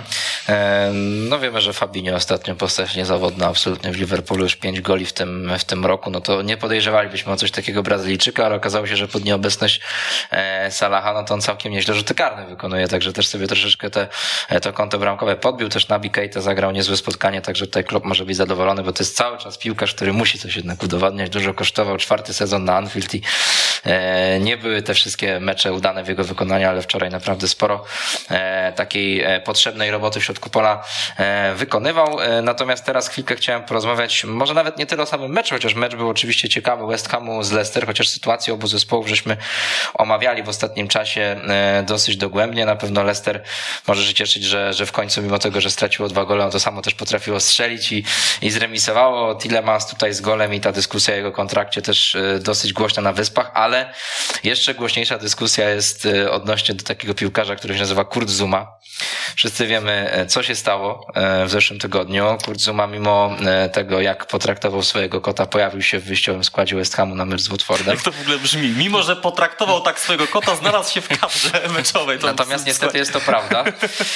No wiemy, że Fabinho ostatnio postać niezawodna absolutnie w Liverpoolu, już 5 goli w tym roku, no to nie podejrzewalibyśmy o coś takiego Brazylijczyka, ale okazało się, że pod nieobecność Salaha, no to on całkiem nieźle rzuty karne wykonuje, także też sobie troszeczkę to konto bramkowe podbił, też Naby Keita zagrał niezłe spotkanie, także tutaj Klopp może być zadowolony, bo to jest cały czas piłkarz, który musi coś jednak udowadniać, dużo kosztował, 4. sezon na Anfield i nie były te wszystkie mecze udane w jego wykonaniu, ale wczoraj naprawdę sporo takiej potrzebnej roboty w środku pola wykonywał. Natomiast teraz chwilkę chciałem porozmawiać, może nawet nie tyle o samym meczu, chociaż mecz był oczywiście ciekawy, West Hamu z Leicester, chociaż sytuację obu zespołów żeśmy omawiali w ostatnim czasie dosyć dogłębnie. Na pewno Leicester może się cieszyć, że w końcu mimo tego, że straciło 2 gole, on to samo też potrafiło strzelić i zremisowało. Tielemans tutaj z golem i ta dyskusja o jego kontrakcie też dosyć głośna na Wyspach, ale jeszcze głośniejsza dyskusja jest odnośnie do takiego piłkarza, który się nazywa Kurt Zouma. Wszyscy wiemy, co się stało w zeszłym tygodniu. Kurt Zouma, mimo tego, jak potraktował swojego kota, pojawił się w wyjściowym składzie West Hamu na mecz z Watfordem. Jak to w ogóle brzmi? Mimo, że potraktował tak swojego kota, znalazł się w kadrze meczowej. Natomiast niestety jest to prawda.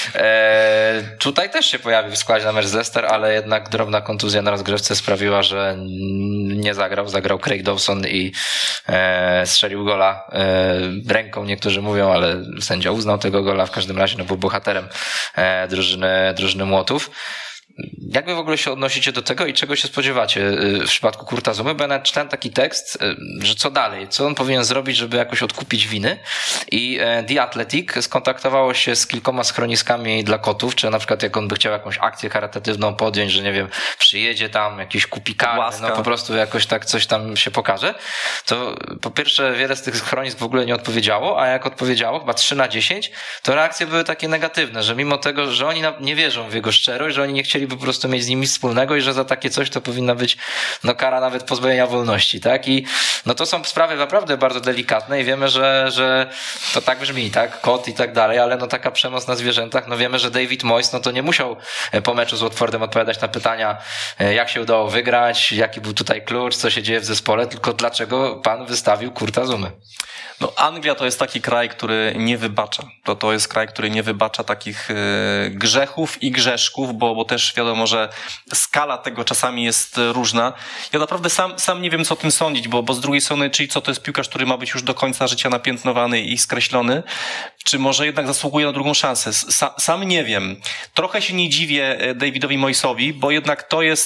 Tutaj też się pojawił w składzie na mecz z Leicester, ale jednak drobna kontuzja na rozgrzewce sprawiła, że nie zagrał. Zagrał Craig Dawson i strzelił gola ręką, niektórzy mówią, ale sędzia uznał tego gola. W każdym razie był bohaterem drużyny Młotów. Jak wy w ogóle się odnosicie do tego i czego się spodziewacie w przypadku Kurta Zoumy? Bo ja nawet czytałem taki tekst, że co dalej, co on powinien zrobić, żeby jakoś odkupić winy, i The Athletic skontaktowało się z kilkoma schroniskami dla kotów, czy na przykład jak on by chciał jakąś akcję charytatywną podjąć, że nie wiem, przyjedzie tam, jakiś kupi karny, no po prostu jakoś tak coś tam się pokaże, to po pierwsze wiele z tych schronisk w ogóle nie odpowiedziało, a jak odpowiedziało, chyba 3 na 10, to reakcje były takie negatywne, że mimo tego, że oni nie wierzą w jego szczerość, że oni nie chcieli po prostu mieć z nimi wspólnego i że za takie coś to powinna być kara nawet pozbawienia wolności, tak? I to są sprawy naprawdę bardzo delikatne i wiemy, że to tak brzmi, tak? Kot i tak dalej, ale taka przemoc na zwierzętach, wiemy, że David Moyes to nie musiał po meczu z Watfordem odpowiadać na pytania, jak się udało wygrać, jaki był tutaj klucz, co się dzieje w zespole, tylko dlaczego pan wystawił Kurta Zoumy. Anglia to jest taki kraj, który nie wybacza. To jest kraj, który nie wybacza takich grzechów i grzeszków, bo też wiadomo, że skala tego czasami jest różna. Ja naprawdę sam nie wiem, co o tym sądzić, bo z drugiej strony, czyli co to jest piłkarz, który ma być już do końca życia napiętnowany i skreślony, czy może jednak zasługuje na drugą szansę. Sam nie wiem. Trochę się nie dziwię Davidowi Moyesowi, bo jednak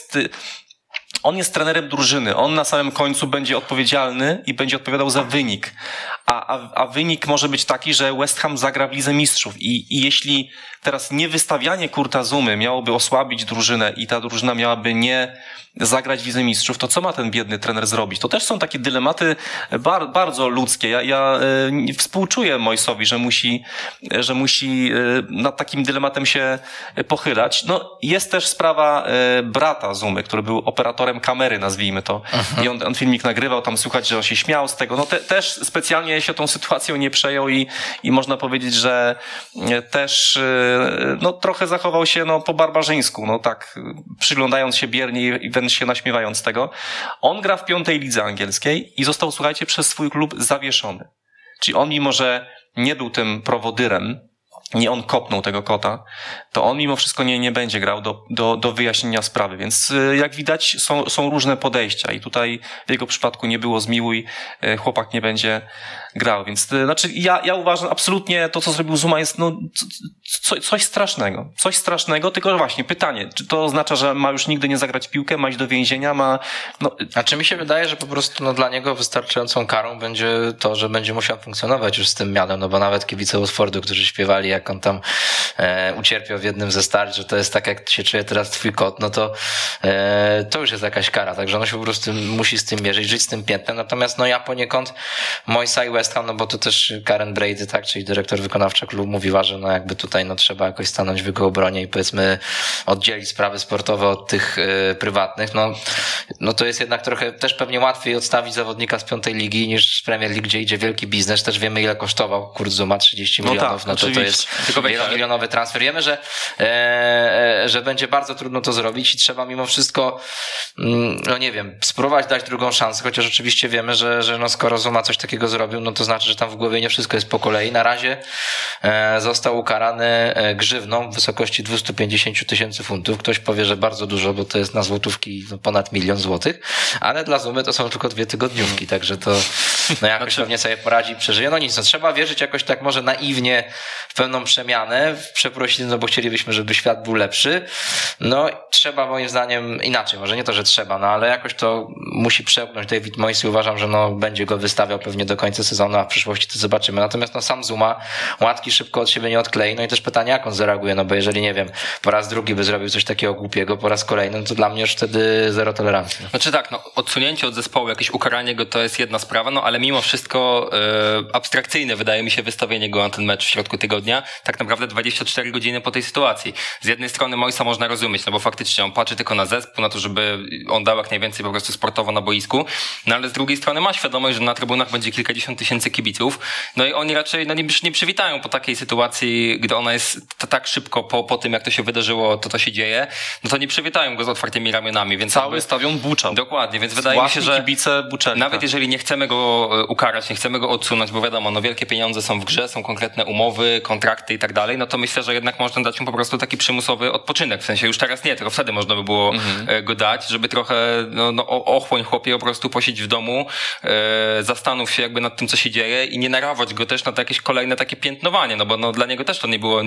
on jest trenerem drużyny. On na samym końcu będzie odpowiedzialny i będzie odpowiadał za wynik. A wynik może być taki, że West Ham zagra w Lidze Mistrzów. I jeśli teraz niewystawianie Kurta Zoumy miałoby osłabić drużynę i ta drużyna miałaby nie zagrać w Lidze Mistrzów, to co ma ten biedny trener zrobić? To też są takie dylematy bardzo ludzkie. Ja współczuję Moyesowi, że musi nad takim dylematem się pochylać. Jest też sprawa brata Zoumy, który był operatorem kamery, nazwijmy to. I on filmik nagrywał, tam słychać, że on się śmiał z tego. Też specjalnie się tą sytuacją nie przejął i można powiedzieć, że też trochę zachował się po barbarzyńsku, tak przyglądając się biernie i wręcz się naśmiewając z tego. On gra w 5. lidze angielskiej i został, słuchajcie, przez swój klub zawieszony. Czyli on, mimo że nie był tym prowodyrem, nie on kopnął tego kota, to on mimo wszystko nie będzie grał do wyjaśnienia sprawy. Więc jak widać są różne podejścia i tutaj w jego przypadku nie było zmiłuj, chłopak nie będzie grał. Więc ja uważam absolutnie to, co zrobił Zouma, jest coś strasznego. Coś strasznego, tylko właśnie pytanie, czy to oznacza, że ma już nigdy nie zagrać w piłkę, ma iść do więzienia, A czy mi się wydaje, że po prostu dla niego wystarczającą karą będzie to, że będzie musiał funkcjonować już z tym mianem, bo nawet kibice Watfordu, którzy śpiewali, jak on tam ucierpiał w jednym ze starć, że to jest tak, jak się czuje teraz twój kot, to już jest jakaś kara, także on się po prostu musi z tym mierzyć, żyć z tym piętnem. Natomiast ja poniekąd Moyesa i West Ham, bo to też Karen Brady, tak, czyli dyrektor wykonawcza klubu, mówiła, że jakby tutaj trzeba jakoś stanąć w jego obronie i powiedzmy oddzielić sprawy sportowe od tych prywatnych. To jest jednak trochę też pewnie łatwiej odstawić zawodnika z 5. ligi niż z Premier League, gdzie idzie wielki biznes. Też wiemy, ile kosztował Kurt Zouma, 30 milionów. To jest wielomilionowy transfer. Wiemy, że będzie bardzo trudno to zrobić i trzeba mimo wszystko spróbować dać drugą szansę, chociaż oczywiście wiemy, że skoro Zouma coś takiego zrobił, to znaczy, że tam w głowie nie wszystko jest po kolei. Na razie został ukarany grzywną w wysokości 250 tysięcy funtów. Ktoś powie, że bardzo dużo, bo to jest na złotówki ponad 1 000 000 złotych, ale dla Zoumy to są tylko 2 tygodniówki, także to jakoś pewnie sobie poradzi, przeżyje. Nic, trzeba wierzyć jakoś tak może naiwnie w pewną przemianę, przeprosić, bo chcielibyśmy, żeby świat był lepszy. Trzeba moim zdaniem inaczej, może nie to, że trzeba, ale jakoś to musi przełknąć David Moyes i uważam, że będzie go wystawiał pewnie do końca sezonu, a w przyszłości to zobaczymy. Natomiast sam Zouma łatki szybko od siebie nie odklei, i też pytanie, jak on zareaguje, bo jeżeli po raz drugi by zrobił coś takiego głupiego, po raz kolejny, to dla mnie już wtedy zero tolerancji. Odsunięcie od zespołu, jakieś ukaranie go to jest jedna sprawa, ale mimo wszystko abstrakcyjne wydaje mi się wystawienie go na ten mecz w środku tygodnia. wydarzenia tak naprawdę 24 godziny po tej sytuacji. Z jednej strony Moisa można rozumieć, no bo faktycznie on patrzy tylko na zespół, na to, żeby on dał jak najwięcej po prostu sportowo na boisku, no ale z drugiej strony ma świadomość, że na trybunach będzie kilkadziesiąt tysięcy kibiców, no i oni raczej nie przywitają po takiej sytuacji, gdy ona jest tak szybko po tym, jak to się wydarzyło, to się dzieje, no to nie przywitają go z otwartymi ramionami, więc cały stadion buczał. Dokładnie, więc wydaje mi się, że kibice buczeli, nawet jeżeli nie chcemy go ukarać, nie chcemy go odsunąć, bo wiadomo, no wielkie pieniądze są w grze, są konkretne umowy, kontrakty i tak dalej, no to myślę, że jednak można dać mu po prostu taki przymusowy odpoczynek, w sensie już teraz nie, tylko wtedy można by było go dać, żeby trochę ochłoń chłopie, po prostu posiedź w domu, zastanów się jakby nad tym, co się dzieje i nie narażać go też na to jakieś kolejne takie piętnowanie, no bo no dla niego też to nie było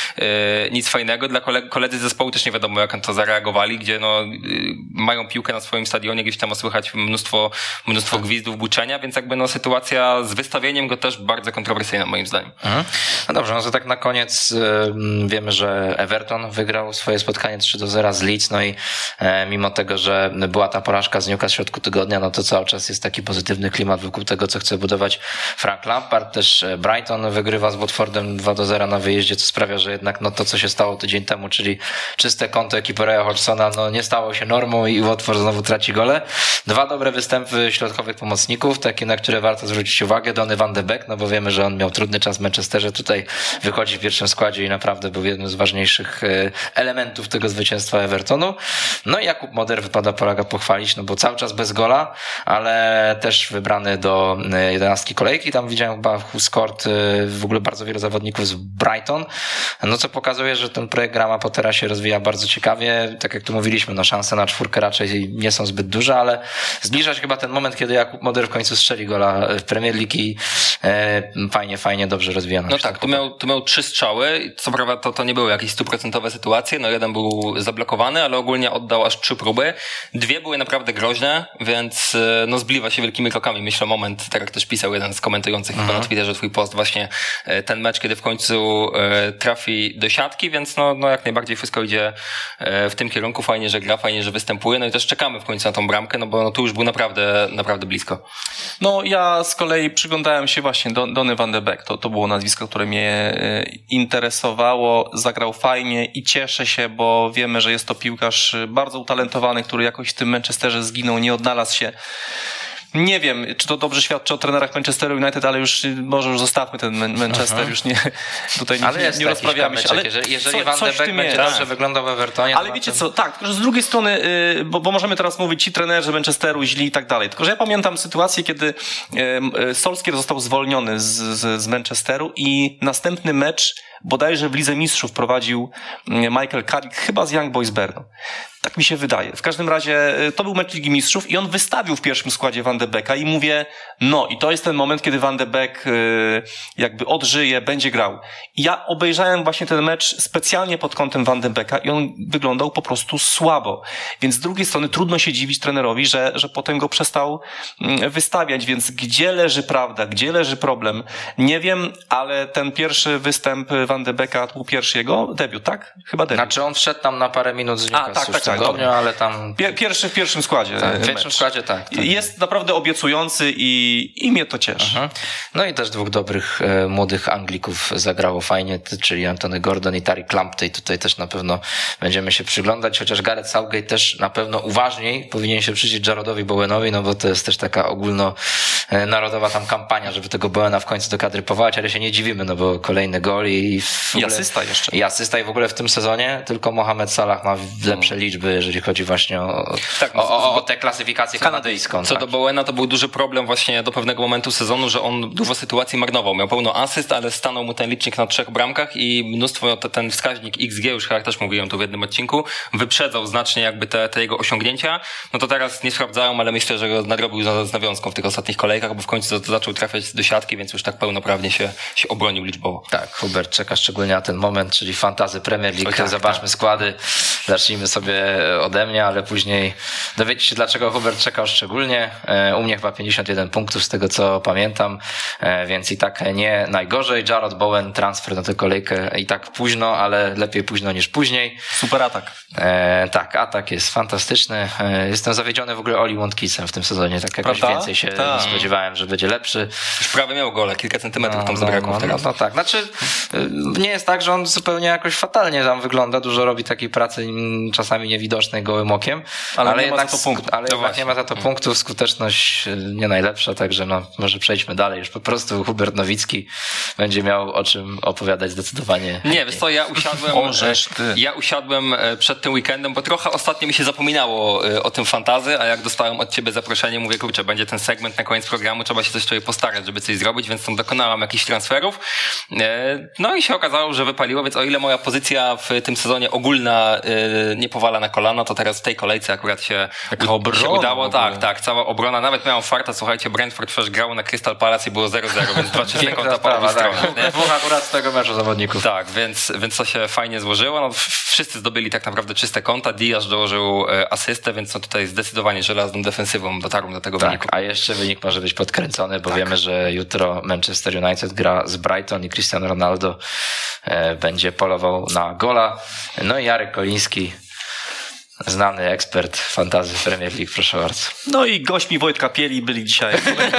nic fajnego, dla koledzy z zespołu też nie wiadomo, jak on to zareagowali, gdzie mają piłkę na swoim stadionie, gdzieś tam słychać mnóstwo gwizdów, buczenia, więc jakby sytuacja z wystawieniem go też bardzo kontrowersyjna moim zdaniem. No dobrze, no to tak na koniec wiemy, że Everton wygrał swoje spotkanie 3-0 z Leeds, no i mimo tego, że była ta porażka z Newcastle w środku tygodnia, no to cały czas jest taki pozytywny klimat wokół tego, co chce budować Frank Lampard. Też Brighton wygrywa z Watfordem 2-0 na wyjeździe, co sprawia, że jednak to, co się stało tydzień temu, czyli czyste konto ekipy Raya Hodgsona, nie stało się normą i Watford znowu traci gole. Dwa dobre występy środkowych pomocników, takie, na które warto zwrócić uwagę. Donny van de Beek, bo wiemy, że on miał trudny czas w Manchesterze, tutaj wychodzi w pierwszym składzie i naprawdę był jednym z ważniejszych elementów tego zwycięstwa Evertonu. No i Jakub Moder wypada Polaka pochwalić, bo cały czas bez gola, ale też wybrany do 11 kolejki. Tam widziałem chyba who scored w ogóle bardzo wielu zawodników z Brighton, co pokazuje, że ten projekt Grahama Pottera się rozwija bardzo ciekawie. Tak jak tu mówiliśmy, szanse na 4 raczej nie są zbyt duże, ale zbliża się chyba ten moment, kiedy Jakub Moder w końcu strzeli gola w Premier League i fajnie, dobrze rozwijana. No tak, tu miał 3 strzały, co prawda to nie były jakieś 100% sytuacje, jeden był zablokowany, ale ogólnie oddał aż 3 próby. 2 były naprawdę groźne, więc zbliża się wielkimi krokami, myślę, moment, tak jak też pisał jeden z komentujących chyba na Twitterze twój post, właśnie ten mecz, kiedy w końcu trafi do siatki, więc jak najbardziej wszystko idzie w tym kierunku, fajnie, że gra, fajnie, że występuje, i też czekamy w końcu na tą bramkę, bo tu już był naprawdę blisko. Ja z kolei przyglądałem się właśnie Donny van de Beek, to było nazwisko, które mnie interesowało, zagrał fajnie i cieszę się, bo wiemy, że jest to piłkarz bardzo utalentowany, który jakoś w tym Manchesterze zginął, nie odnalazł się. Nie wiem, czy to dobrze świadczy o trenerach Manchesteru United, ale może już zostawmy ten Manchester, już tutaj nie rozprawiamy się. Ale jeżeli Van de Beek będzie dobrze wyglądał w Evertonie... Ale wiecie co, tak, tylko że z drugiej strony, bo możemy teraz mówić, ci trenerzy Manchesteru źli i tak dalej, tylko że ja pamiętam sytuację, kiedy Solskjaer został zwolniony z Manchesteru i następny mecz bodajże w Lidze Mistrzów prowadził Michael Carrick, chyba z Young Boys Brno. Tak mi się wydaje. W każdym razie to był mecz Ligi Mistrzów i on wystawił w pierwszym składzie Van de Beeka i mówię, i to jest ten moment, kiedy Van de Beek jakby odżyje, będzie grał. I ja obejrzałem właśnie ten mecz specjalnie pod kątem Van de Beeka i on wyglądał po prostu słabo. Więc z drugiej strony trudno się dziwić trenerowi, że potem go przestał wystawiać, więc gdzie leży prawda, gdzie leży problem? Nie wiem, ale ten pierwszy występ Van de Beeka to był pierwszy jego debiut, tak? Chyba debiut. Znaczy on wszedł tam na parę minut z Newcastle tak, ale tam... Pierwszy w pierwszym składzie. Tak, w pierwszym składzie, tak. Jest naprawdę obiecujący i mnie to cieszy. No i też 2 dobrych młodych Anglików zagrało fajnie, czyli Anthony Gordon i Tariq Lamptey. Tutaj też na pewno będziemy się przyglądać, chociaż Gareth Southgate też na pewno uważniej powinien się przyjrzeć Jarodowi Bowenowi, bo to jest też taka ogólnonarodowa tam kampania, żeby tego Bowena w końcu do kadry powołać, ale się nie dziwimy, bo kolejny gol i asysta jeszcze. I asysta i w ogóle w tym sezonie tylko Mohamed Salah ma lepsze liczby, jeżeli chodzi właśnie o tę klasyfikację kanadyjską. Co do Bowena, to był duży problem właśnie do pewnego momentu sezonu, że on dużo sytuacji marnował. Miał pełno asyst, ale stanął mu ten licznik na 3 bramkach i mnóstwo, ten wskaźnik XG, już chyba też mówiłem tu w jednym odcinku, wyprzedzał znacznie jakby te jego osiągnięcia. To teraz nie sprawdzałem, ale myślę, że go nadrobił z nawiązką w tych ostatnich kolejkach, bo w końcu zaczął trafiać do siatki, więc już tak pełnoprawnie się obronił liczbowo. Tak, Hubert czeka szczególnie na ten moment, czyli fantasy Premier League. Zobaczmy składy, zacznijmy sobie ode mnie, ale później dowiecie się, dlaczego Hubert czekał szczególnie. U mnie chyba 51 punktów z tego, co pamiętam, więc i tak nie najgorzej. Jarrod Bowen, transfer na tę kolejkę i tak późno, ale lepiej późno niż później. Super atak. Tak, atak jest fantastyczny. Jestem zawiedziony w ogóle Oli Watkins w tym sezonie, tak jakoś więcej się spodziewałem, że będzie lepszy. Już prawie miał gole, kilka centymetrów tam zabrakło teraz. No tak, znaczy nie jest tak, że on zupełnie jakoś fatalnie tam wygląda, dużo robi takiej pracy czasami niewidocznej gołym okiem, ale jednak nie ma za to punktów, skuteczność nie najlepsza, także może przejdźmy dalej, już po prostu Hubert Nowicki będzie miał o czym opowiadać zdecydowanie. Nie, wiesz co, ja usiadłem przed tym weekendem, bo trochę ostatnio mi się zapominało o tym fantasy, a jak dostałem od ciebie zaproszenie, mówię, kurczę, będzie ten segment na koniec programu, trzeba się coś tutaj postarać, żeby coś zrobić, więc tam dokonałem jakichś transferów. No i się okazało, że wypaliło, więc o ile moja pozycja w tym sezonie ogólna nie powala na kolana, to teraz w tej kolejce akurat się udało. Tak, cała obrona. Nawet miałem farta, słuchajcie, Brentford przecież grał na Crystal Palace i było 0-0, więc 2 czyste konta po obu stronach. Dwóch akurat z tego meczu zawodników. Tak, więc to się fajnie złożyło. No, wszyscy zdobyli tak naprawdę czyste konta. Diaz dołożył asystę, więc tutaj zdecydowanie żelazną defensywą dotarł do tego wyniku. A jeszcze wynik może być podkręcony, bo wiemy, że jutro Manchester United gra z Brighton i Cristiano Ronaldo będzie polował na gola. No i Jarek Koliński, znany ekspert fantasy Premier League, proszę bardzo. No i gośćmi Wojtka Pieli byli dzisiaj.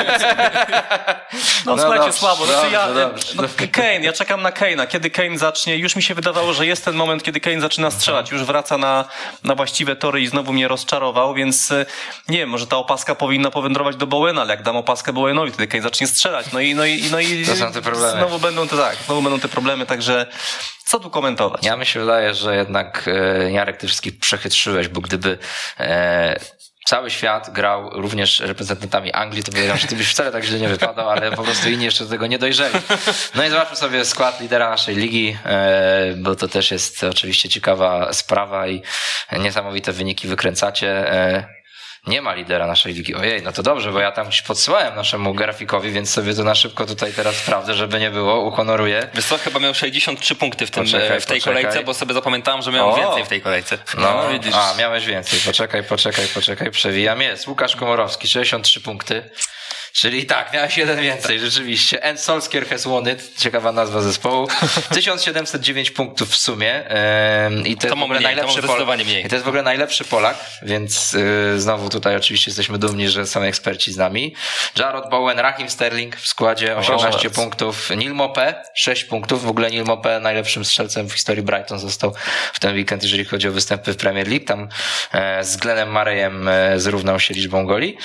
Słuchajcie, słabo. Kane, ja czekam na Kane'a. Kiedy Kane zacznie, już mi się wydawało, że jest ten moment, kiedy Kane zaczyna strzelać. Już wraca na właściwe tory i znowu mnie rozczarował, więc nie wiem, może ta opaska powinna powędrować do Bowena, ale jak dam opaskę Bowenowi, wtedy Kane zacznie strzelać. No i to są te problemy. Znowu będą te problemy, także co tu komentować? Ja mi się wydaje, że jednak Jarek, ty wszystkich przechytrzyłeś, bo gdyby cały świat grał również reprezentantami Anglii, to powiedziałem, że ty byś wcale tak źle nie wypadał, ale po prostu inni jeszcze do tego nie dojrzeli. No i zobaczmy sobie skład lidera naszej ligi, bo to też jest oczywiście ciekawa sprawa i niesamowite wyniki wykręcacie. Nie ma lidera naszej ligi. Ojej, no to dobrze, bo ja tam ci podsyłałem naszemu grafikowi, więc sobie to na szybko tutaj teraz sprawdzę, żeby nie było, uhonoruję. Wiesz co, chyba miał 63 punkty w tej kolejce, bo sobie zapamiętałem, że miałem więcej w tej kolejce. No, widzisz. Miałeś więcej. Poczekaj. Przewijam. Jest Łukasz Komorowski, 63 punkty. Czyli tak, miałeś jeden więcej, rzeczywiście. And Solskjaer has won it. Ciekawa nazwa zespołu. 1709 punktów w sumie. I to jest w ogóle najlepszy Polak. I to jest w ogóle najlepszy Polak, więc znowu tutaj oczywiście jesteśmy dumni, że są eksperci z nami. Jarrod Bowen, Raheem Sterling w składzie 18 punktów. Neil Maupay 6 punktów. W ogóle Neil Maupay najlepszym strzelcem w historii Brighton został w ten weekend, jeżeli chodzi o występy w Premier League. Tam z Glennem Murrayem zrównał się liczbą goli.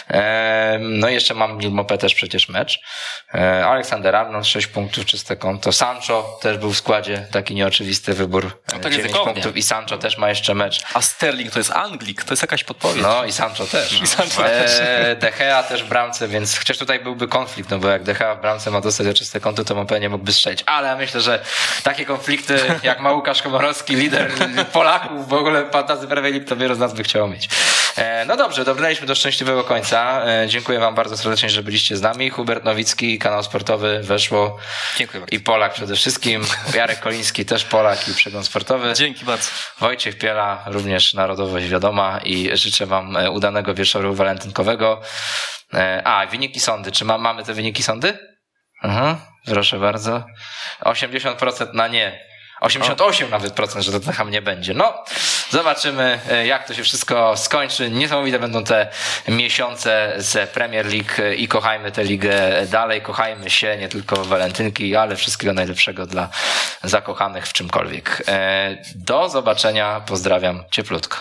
No i jeszcze mam Neil Maupay też przecież mecz. Aleksander Arnold 6 punktów, czyste konto. Sancho też był w składzie, taki nieoczywisty wybór. 9 punktów i Sancho też ma jeszcze mecz. A Sterling to jest Anglik, to jest jakaś podpowiedź. No i Sancho też. De Gea też w bramce, więc chociaż tutaj byłby konflikt, no bo jak De Gea w bramce ma dostać czyste konto, to Maupay nie mógłby strzelić. Ale ja myślę, że takie konflikty jak ma Łukasz Komorowski, lider Polaków, w ogóle fantasy Premier League, to wielu z nas by chciało mieć. No dobrze, dobrnęliśmy do szczęśliwego końca. Dziękuję wam bardzo serdecznie, że byliście z nami. Hubert Nowicki, kanał sportowy, Weszło. Dziękuję bardzo. I Polak przede wszystkim. Jarek Koliński, też Polak i przegląd sportowy. Dzięki bardzo. Wojciech Piela, również narodowość wiadoma i życzę wam udanego wieczoru walentynkowego. Wyniki sądy. Czy mamy te wyniki sądy? Proszę bardzo. 80% na nie. 88 nawet procent, że to tam nie będzie. No, zobaczymy, jak to się wszystko skończy. Niesamowite będą te miesiące z Premier League i kochajmy tę ligę dalej. Kochajmy się, nie tylko walentynki, ale wszystkiego najlepszego dla zakochanych w czymkolwiek. Do zobaczenia, pozdrawiam cieplutko.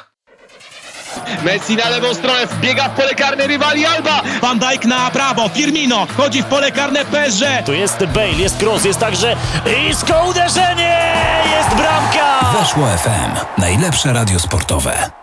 Messi na lewą stronę, wbiega w pole karne rywali Alba. Van Dijk na prawo, Firmino wchodzi w pole karne PSG. Tu jest Bale, jest cross, jest także blisko uderzenie, jest bramka. Weszło FM, najlepsze radio sportowe.